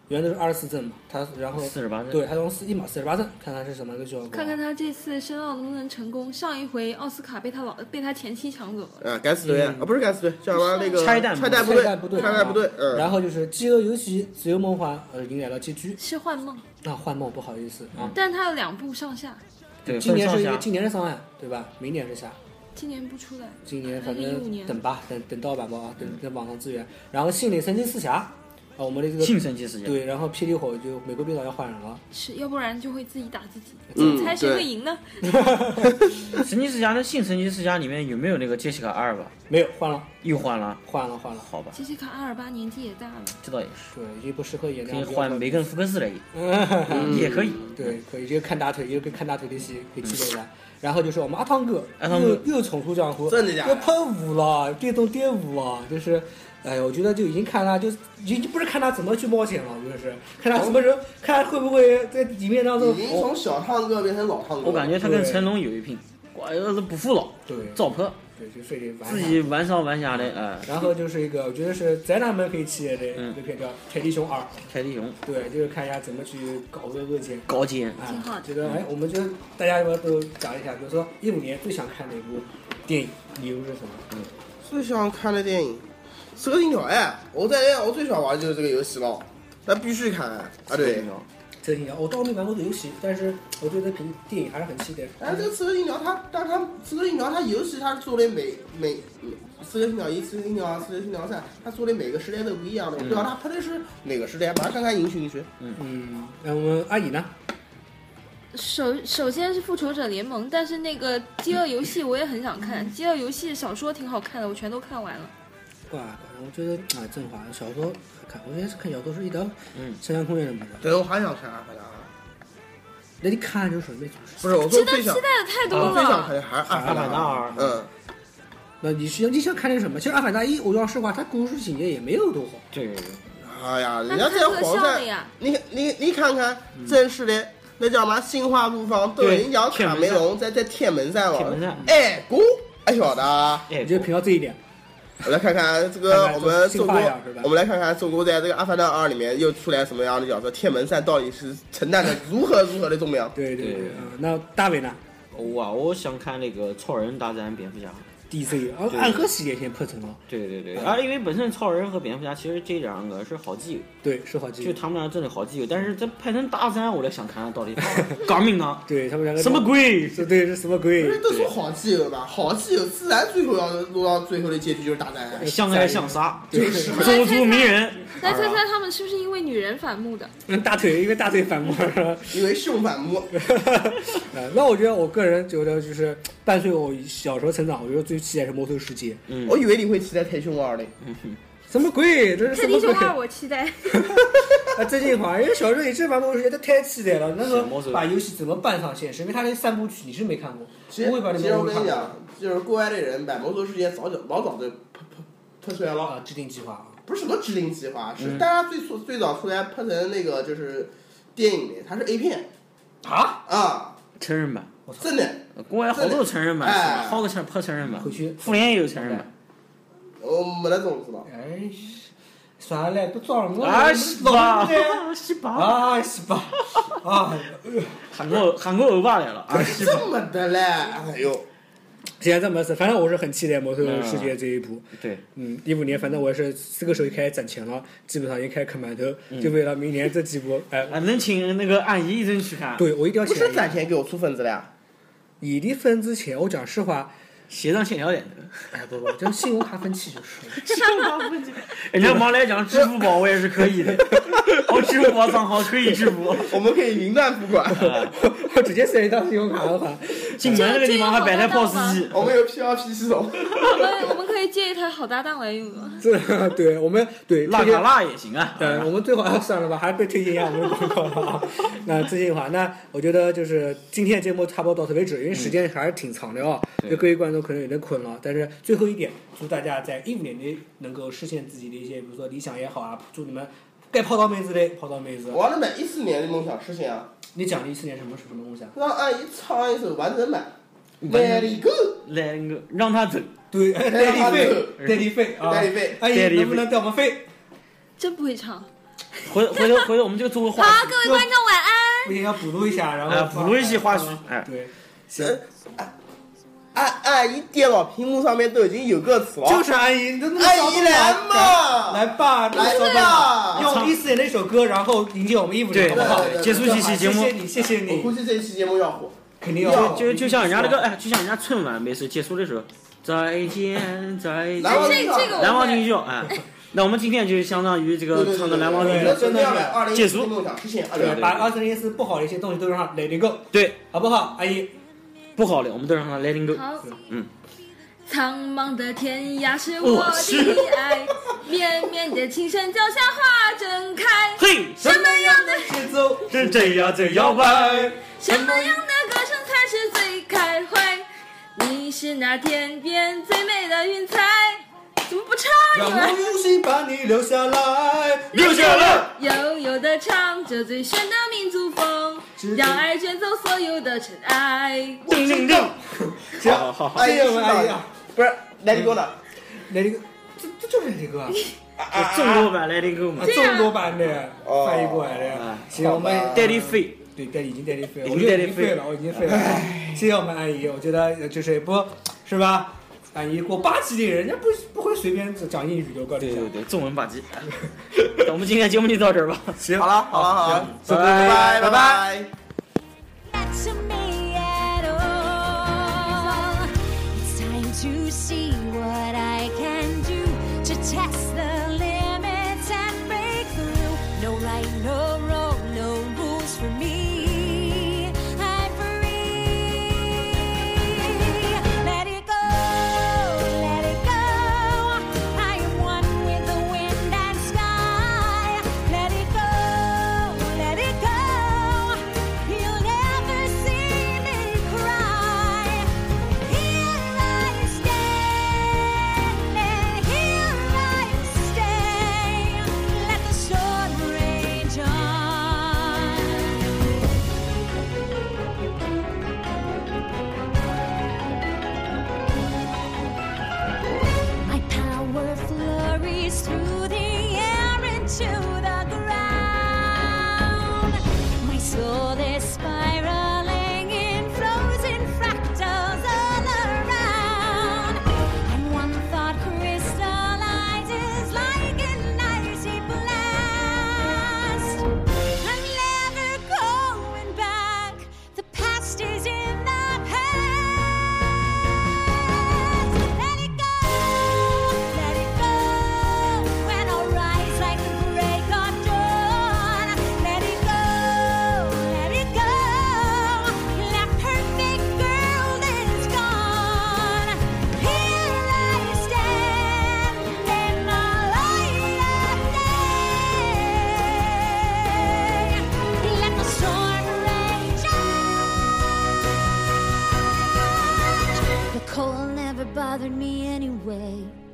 原来都是二十四帧嘛，他然后四十八帧， 对他用四一码四十八帧，看看是什么一个效果。 看看他这次申奥能不能成功。上一回奥斯卡被他老被他前妻抢走了。 啊，敢死队啊，不是敢死队，叫什么那个拆弹拆弹部队， 拆弹部队， 拆弹部队。嗯， 然后就是《饥饿游戏：自由梦幻》呃迎来了结局。 是幻梦， 啊，幻梦不好意思啊， 但它有两部上下， 对， 今年是一个分上下今年是上岸对吧？明年是下。 今年不出来。 今年反二零一五年正等吧，等等盗版吧啊，等等网上资源。然后心理神经四侠啊，我们的这个性神奇世界， 对，然后霹雳火就美国队长要换人了。 是，要不然就会自己打自己。 嗯你猜谁会赢呢？ 神奇世家那性神奇世家里面有没有那个杰西卡阿尔巴？ 没有换了， 又换了， 换了，换了。 好吧， 杰西卡阿尔巴年纪也大了， 这倒也是， 对，已经不适合演那可以样。 换梅根福克斯来演， 嗯也可以。 对，可以，这个看大腿，一个看大腿的戏，可以期待一下。然后就是我们阿汤哥， 阿汤哥又又重出江湖， 真的假的又喷雾了，电动电舞啊，就是，哎呀，我觉得就已经看他，就已经不是看他怎么去冒险了，就是看他什么时候，看他会不会在里面当中已，经从小烫哥变成老烫哥了。 我感觉他跟成龙有一拼，瓜要是不服老， 对， 照拍， 对，就非得玩自己玩上玩下的，哎， 然后就是一个，我觉得是宅男们可以期待的嗯一个片叫《泰迪熊二》， 泰迪熊对，就是看一下怎么去搞个恶奸。 高阶， 啊挺好的， 这个哎，我们就大家要不要都讲一下，比如说一五年最想看哪部电影，理由是什么？ 最想看的电影《刺客信条》哎，我在我最喜欢玩的就是这个游戏了，那必须看啊！对， 这个我倒没玩过这个游戏，但是我对这部电影还是很期待。 但是这个《刺客信条》它，但它《刺客信条》它游戏它做的每每《刺客信条一》《刺客信条二》《刺客信条三》，它做的每个时代都不一样的，我不知道它拍的是哪个时代，马上看看英雄英雄。 嗯，那我们阿姨呢？ 首首先是复仇者联盟，但是那个饥饿游戏我也很想看，饥饿游戏小说挺好看的，我全都看完了。 哇，我觉得啊，振华小说看，我觉得是看小说是一条嗯想象空间的嘛。 对，我还想看，还想看。 那你看就是没出事。 不是，我说值得最想期，待的太多我最想了。 看的还是《阿阿凡达二》。 二， 嗯， 那你是你想看点什么？其实《阿凡达一》，我要实话，它故事情节也没有多好。 对， 哎呀，人那家在看特效黄山， 的呀， 你你你看看，真是的，那叫什么心花怒放，都已经讲卡梅隆在在天门山了。 天门山哎，哥，还晓得啊？ 哎你，就凭靠这一点， 我来看看这个，我们新中国花样是吧， 我们来看看中国在这个《阿凡达二》里面又出来什么样的角色？天门山到底是承担着如何如何的重量？ 对对对对啊。那大伟呢哇，我想看那个超人大战蝙蝠侠。 ？D C 啊， 对暗黑系列先拍成了， 对对对，啊，因为本身超人和蝙蝠侠其实这两个是好基友， 对，是好基就友。 他们俩真的好基友，但是这拍成大战，我来想看看到底刚命呢？ 对他们两个什么鬼？ 是对是什么不鬼是？都说好基友吧？好基友自然最后要落到最后的结局就是大战。 相爱相杀， 就是种族名人。 来猜猜他们是不是因为女人反目的？ 嗯，大腿，因为大腿反目是吧？ 因为胸反目。 呃那我觉得我个人觉得就是伴随我小时候成长，我觉得最期待是魔兽世界。 嗯我以为你会期待泰熊二的。 什么鬼？这是泰什么鬼？ 迪熊二我期待。 啊，真心话，因为小时候一直玩魔兽世界，都太期待了。那时魔兽候把游戏怎么搬上现实？因为它那三部曲你是没看过， 其实我会把那其实我个看过。 跟你讲，就是国外的人把魔兽世界早早老早就拍拍拍出来了。 啊，制定计划啊。 不是什么制定计划，是嗯大家最初最早出来拍成那个就是电影的，它是 A 片啊？ 啊， 成人版， 真的。 国外好多成人版， 哎好个成拍成人版回，去复联也有成人版。 我没那种是吧？ 哎，算了，都装了， 啊，是吧？ 老是吧？ 啊，是吧？啊， 韩国韩国欧巴来了啊！是吧？ 这么的嘞，哎呦， 既然这么是，反正我是很期待《魔兽世界》这一部。 对， 嗯，一五年反正我也是这个时候就开始攒钱了，基本上已经开始啃馒头， 嗯就为了明年这几部。哎， 啊，能请那个安怡一人去看， 对我一定要不钱。 是攒钱给我出分子的呀？ 你的分之前，我讲实话， 协商欠条点的。 哎不不，就信用卡分期就是了。 人家忙来讲，支付宝我也是可以的，我支付宝账号可以支付。 我们可以云端付款， 我直接设一张信用卡的话， 进门那个地方还摆台 P O S 机， 我们有 P R P 系统。 我们我们可以借一台好搭档来用啊。 这对我们对拉推荐卡拉也行啊。 呃，我们最好算了吧，还是被推荐一下我们的广告了啊。那最近的话，那我觉得就是今天节目差不多到此为止，因为时间还是挺长的啊、 对就各位观众可能有点困了。但是最后一点，祝大家在一五年内能够实现自己的一些，比如说理想也好啊，祝你们该泡到妹子的泡到妹子。 我要能把一四年的梦想实现啊！ 你讲的一四年什么是什么梦想？ 让阿姨唱一首完整版，Let it go， 来那个让他走， 对，带你飞，带你飞啊！ 带你飞阿姨能不能带我们飞？ 真不会唱， 回回头回头我们就做个话好， 题， 各位观众晚安。 不行要补录一下，然后哎补录一些花絮哎对，行， 安安姨电脑屏幕上面都已经有个词了， 就是安逸，你都那么安早姨来嘛， 来吧， 来那么早吧， 用一四年那首歌，然后迎接我们衣服对好不好？ 对对对结束这期节目谢谢你，谢谢你， 我估计这期节目要火。 肯定要就就像人家那个哎，就像人家春晚每次结束的时候，再见再见， 难忘这这个我难忘今会。 宵哎，那我们今天就相当于这个唱的难忘今宵， 真的是二零一结束四梦想实现。 对，把二零一四不好的一些东西都让它 let it go， 对， 好不好？阿姨， 不好的我们都让它 letting go， 好， 嗯。 苍茫的天涯是我的爱，绵绵的青山脚下花正开。 嘿， 什么样的节奏是这样这摇摆， 什么样的歌声才是最开怀？你是那天边最美的云彩，怎么不唱让呀？ 我用心把你留下来， 留下来。 悠悠地唱着最炫的民族风，让爱卷走所有的尘埃。 噔噔噔， 行， 好好好， 谢谢我们阿姨啊， 不是来你给我的， let it go，这这就是 let it go 啊， 就中国版 letting go 嘛啊，中国版的翻译过来的呀哦。 行，我们 ，Daddy Free， 对，代理已经代理废了， 已经我觉得 daddy 已经废了，我已经废了。谢谢我们阿姨，我觉得就是不，是吧？阿姨过八级的人，人家不不会随便讲英语的，我告诉你讲。 对对对，中文吧唧。那我们今天节目就到这儿吧。 行， 好了好了好了， 拜拜拜拜拜。 to me at all. It's time to see what I can do to test the limits and break through. No right, no wrong, no rules for me. I'm free. Let it go, let it go. I am one with the wind and sky. Let it go, let it go. You'll never see me cry. Here I stand, and here I stay. Let the storm rage on. My power flurries through the air into the ground. My soul is spiraling in frozen fractals all around. And one thought crystallizes like an icy blast. I'm never going back. The past is in the past. Let it go, let it go. When I rise like the break of dawn. Let it go, let it go. That perfect girl is gone. Here I stand in the light of day. Let the storm rage on. The cold never bothered me anyway.